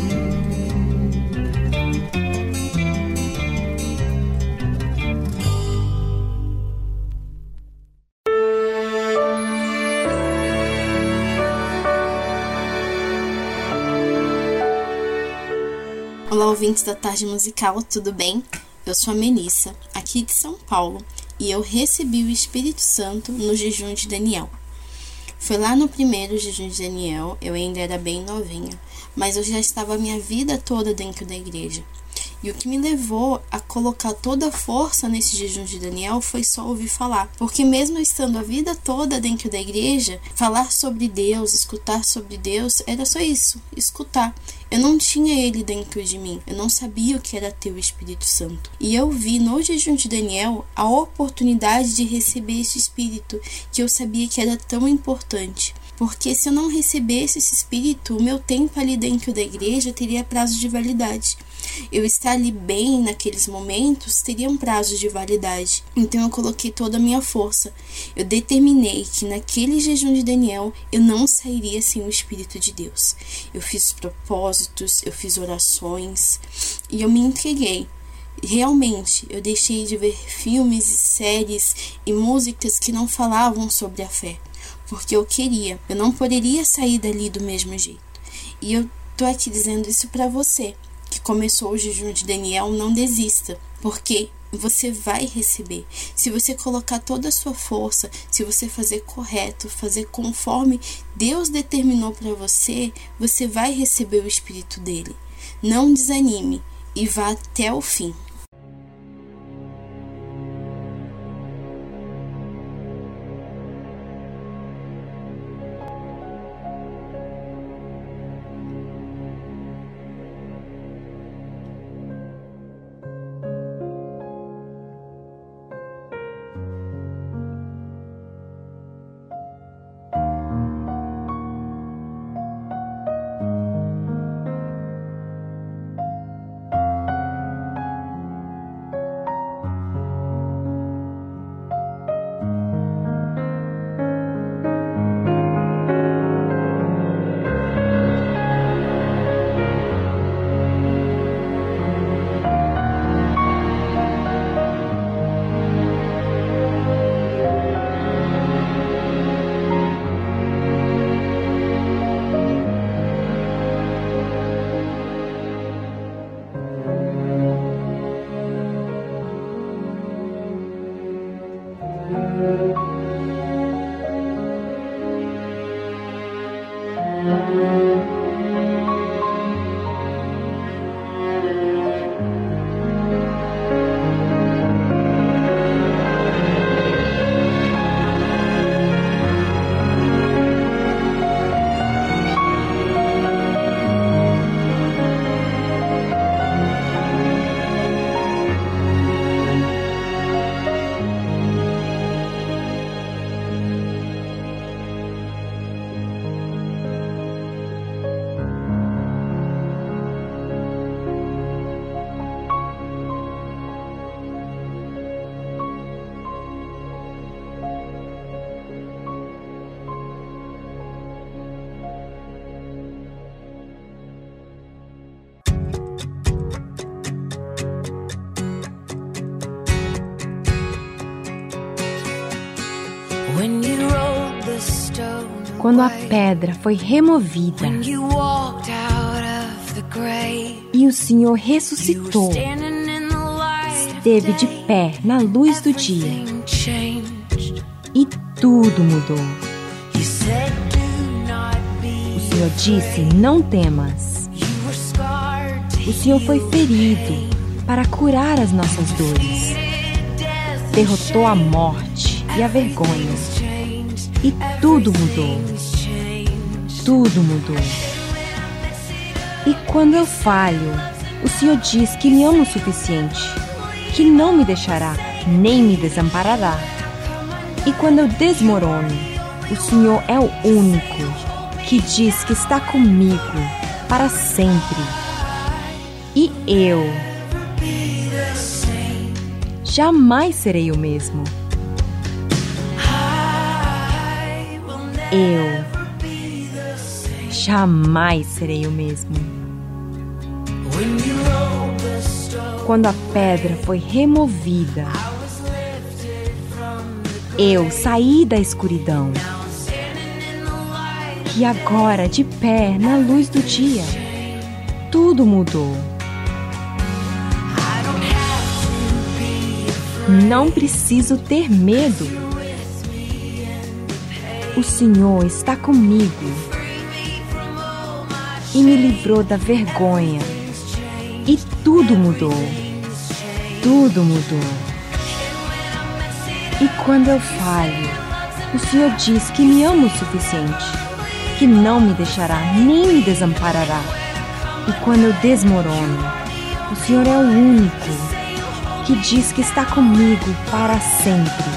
Olá, ouvintes da Tarde Musical, tudo bem? Eu sou a Melissa, aqui de São Paulo, e eu recebi o Espírito Santo no jejum de Daniel. Foi lá no primeiro jejum de Daniel, eu ainda era bem novinha, mas eu já estava a minha vida toda dentro da igreja. E o que me levou a colocar toda a força nesse jejum de Daniel foi só ouvir falar. Porque mesmo estando a vida toda dentro da igreja, falar sobre Deus, escutar sobre Deus, era só isso, escutar. Eu não tinha ele dentro de mim, eu não sabia o que era ter o Espírito Santo. E eu vi no jejum de Daniel a oportunidade de receber esse Espírito que eu sabia que era tão importante. Porque se eu não recebesse esse Espírito, o meu tempo ali dentro da igreja teria prazo de validade. Eu estar ali bem naqueles momentos teria um prazo de validade. Então eu coloquei toda a minha força. Eu determinei que naquele jejum de Daniel eu não sairia sem o Espírito de Deus. Eu fiz propósitos, eu fiz orações e eu me entreguei. Realmente, eu deixei de ver filmes e séries e músicas que não falavam sobre a fé. Porque eu não poderia sair dali do mesmo jeito. E eu tô aqui dizendo isso pra você, que começou o jejum de Daniel, não desista, porque você vai receber. Se você colocar toda a sua força, se você fazer correto, fazer conforme Deus determinou pra você, você vai receber o Espírito dele. Não desanime e vá até o fim. Quando a pedra foi removida e o Senhor ressuscitou, esteve de pé na luz do dia e tudo mudou. O Senhor disse: não temas. O Senhor foi ferido para curar as nossas dores. Derrotou a morte e a vergonha. E tudo mudou. Tudo mudou. E quando eu falho, o Senhor diz que me ama o suficiente, que não me deixará, nem me desamparará. E quando eu desmorono, o Senhor é o único que diz que está comigo para sempre. E eu jamais serei o mesmo. Eu jamais serei o mesmo. Quando a pedra foi removida, eu saí da escuridão e agora, de pé na luz do dia, tudo mudou. Não preciso ter medo. O Senhor está comigo e me livrou da vergonha E tudo mudou. Tudo mudou. E quando eu falho, o Senhor diz que me ama o suficiente, que não me deixará nem me desamparará. E quando eu desmorono, o Senhor é o único que diz que está comigo para sempre.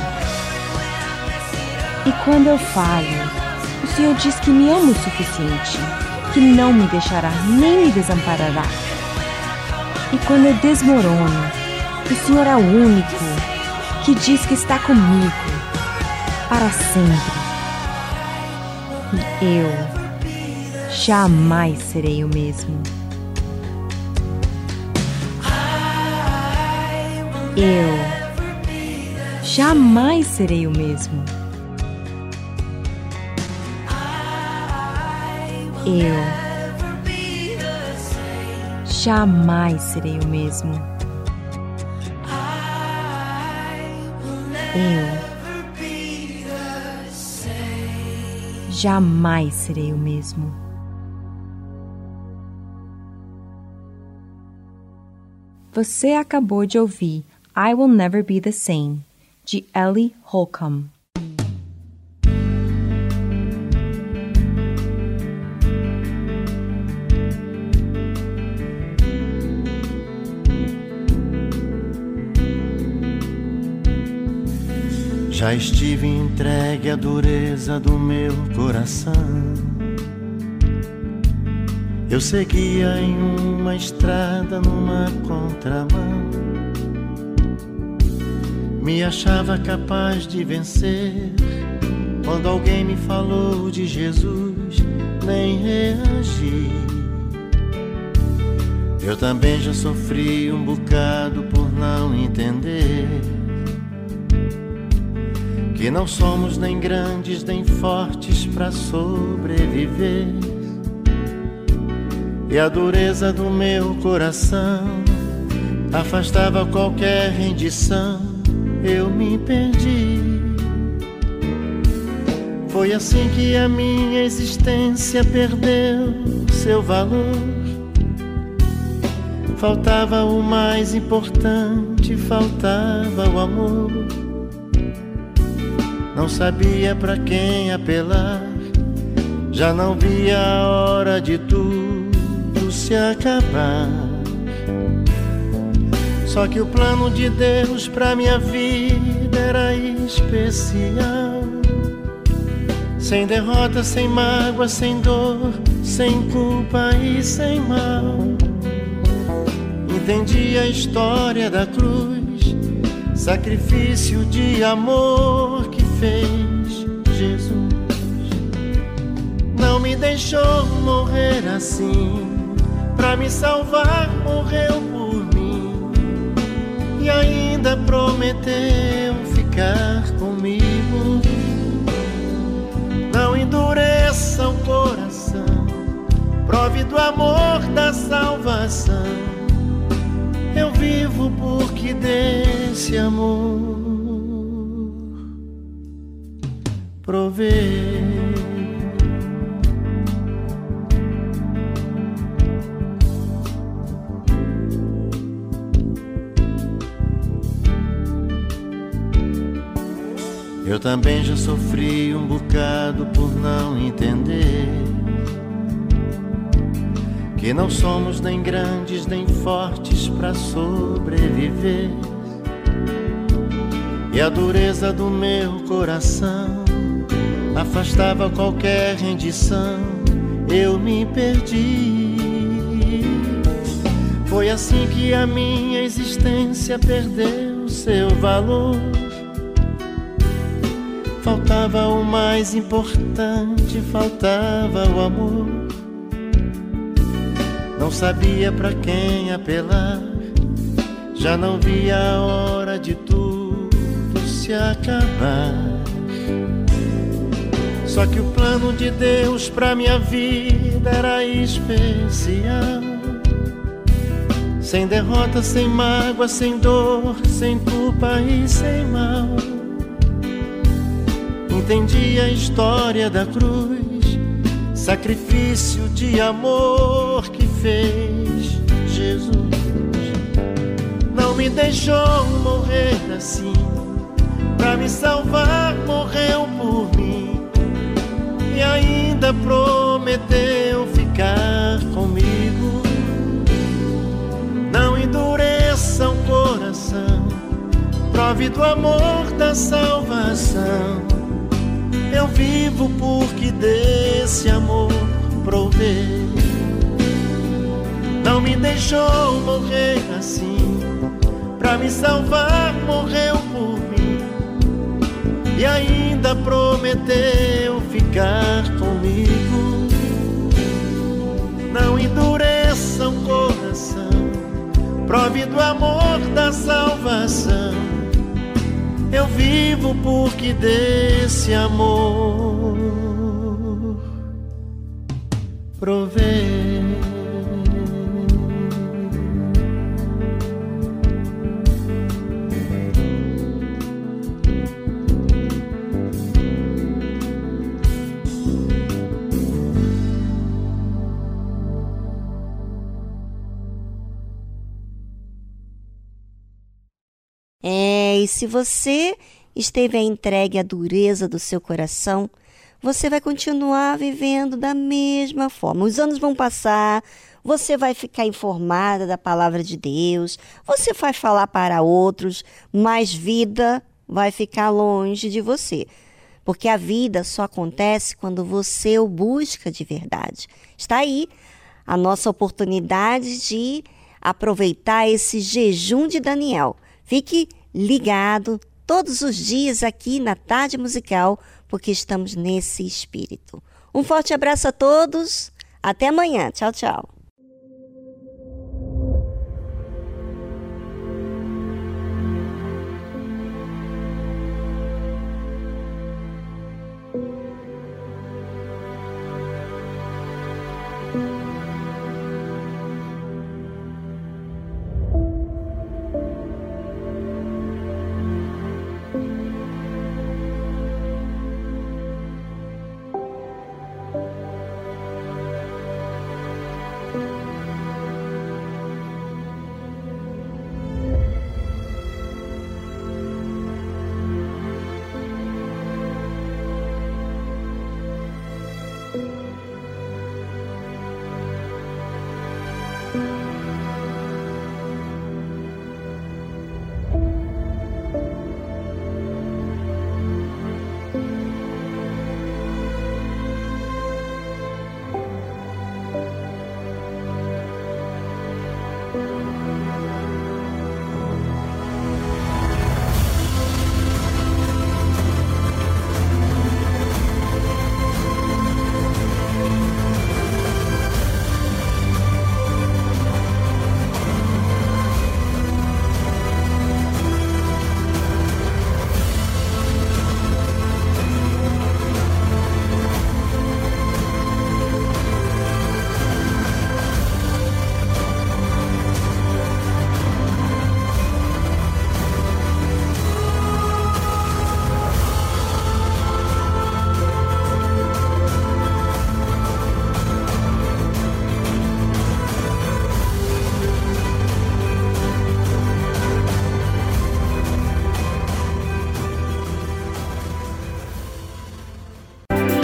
E quando eu falho, o Senhor diz que me ama o suficiente, que não me deixará nem me desamparará. E quando eu desmorono, o Senhor é o único que diz que está comigo para sempre. E eu jamais serei o mesmo. Eu jamais serei o mesmo. Eu jamais serei o mesmo. Eu jamais serei o mesmo. Você acabou de ouvir I Will Never Be the Same, de Ellie Holcomb. Já estive entregue à dureza do meu coração. Eu seguia em uma estrada numa contramão. Me achava capaz de vencer. Quando alguém me falou de Jesus, nem reagi. Eu também já sofri um bocado por não entender que não somos nem grandes nem fortes para sobreviver. E a dureza do meu coração afastava qualquer rendição. Eu me perdi. Foi assim que a minha existência perdeu seu valor. Faltava o mais importante, faltava o amor. Não sabia pra quem apelar, já não via a hora de tudo se acabar. Só que o plano de Deus pra minha vida era especial. Sem derrota, sem mágoa, sem dor, sem culpa e sem mal. Entendi a história da cruz, sacrifício de amor que fez Jesus. Não me deixou morrer assim, pra me salvar morreu por mim. E ainda prometeu ficar comigo. Não endureça o coração, prove do amor da salvação. Eu vivo porque desse amor provei. Eu também já sofri um bocado por não entender que não somos nem grandes nem fortes para sobreviver. E a dureza do meu coração afastava qualquer rendição. Eu me perdi. Foi assim que a minha existência perdeu seu valor. Faltava o mais importante, faltava o amor. Não sabia pra quem apelar, já não via a hora de tudo se acabar. Só que o plano de Deus pra minha vida era especial. Sem derrota, sem mágoa, sem dor, sem culpa e sem mal. Entendi a história da cruz, sacrifício de amor que fez Jesus. me deixou morrer assim. Pra me salvar, morreu por mim. E ainda prometeu ficar comigo. Não endureça o coração, prove do amor da salvação. Eu vivo porque desse amor provei. Não me deixou morrer assim. Pra me salvar, morreu por mim. E ainda prometeu ficar comigo. Não endureça o coração, prove do amor da salvação. Eu vivo porque desse amor provei. E se você esteve entregue à dureza do seu coração, você vai continuar vivendo da mesma forma. Os anos vão passar, você vai ficar informada da palavra de Deus, você vai falar para outros, mas vida vai ficar longe de você. Porque a vida só acontece quando você o busca de verdade. Está aí a nossa oportunidade de aproveitar esse jejum de Daniel. Fique ligado todos os dias aqui na Tarde Musical, porque estamos nesse espírito. Um forte abraço a todos. Até amanhã. Tchau, tchau.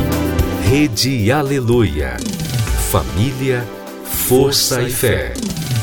Rede Aleluia. Família, força e fé.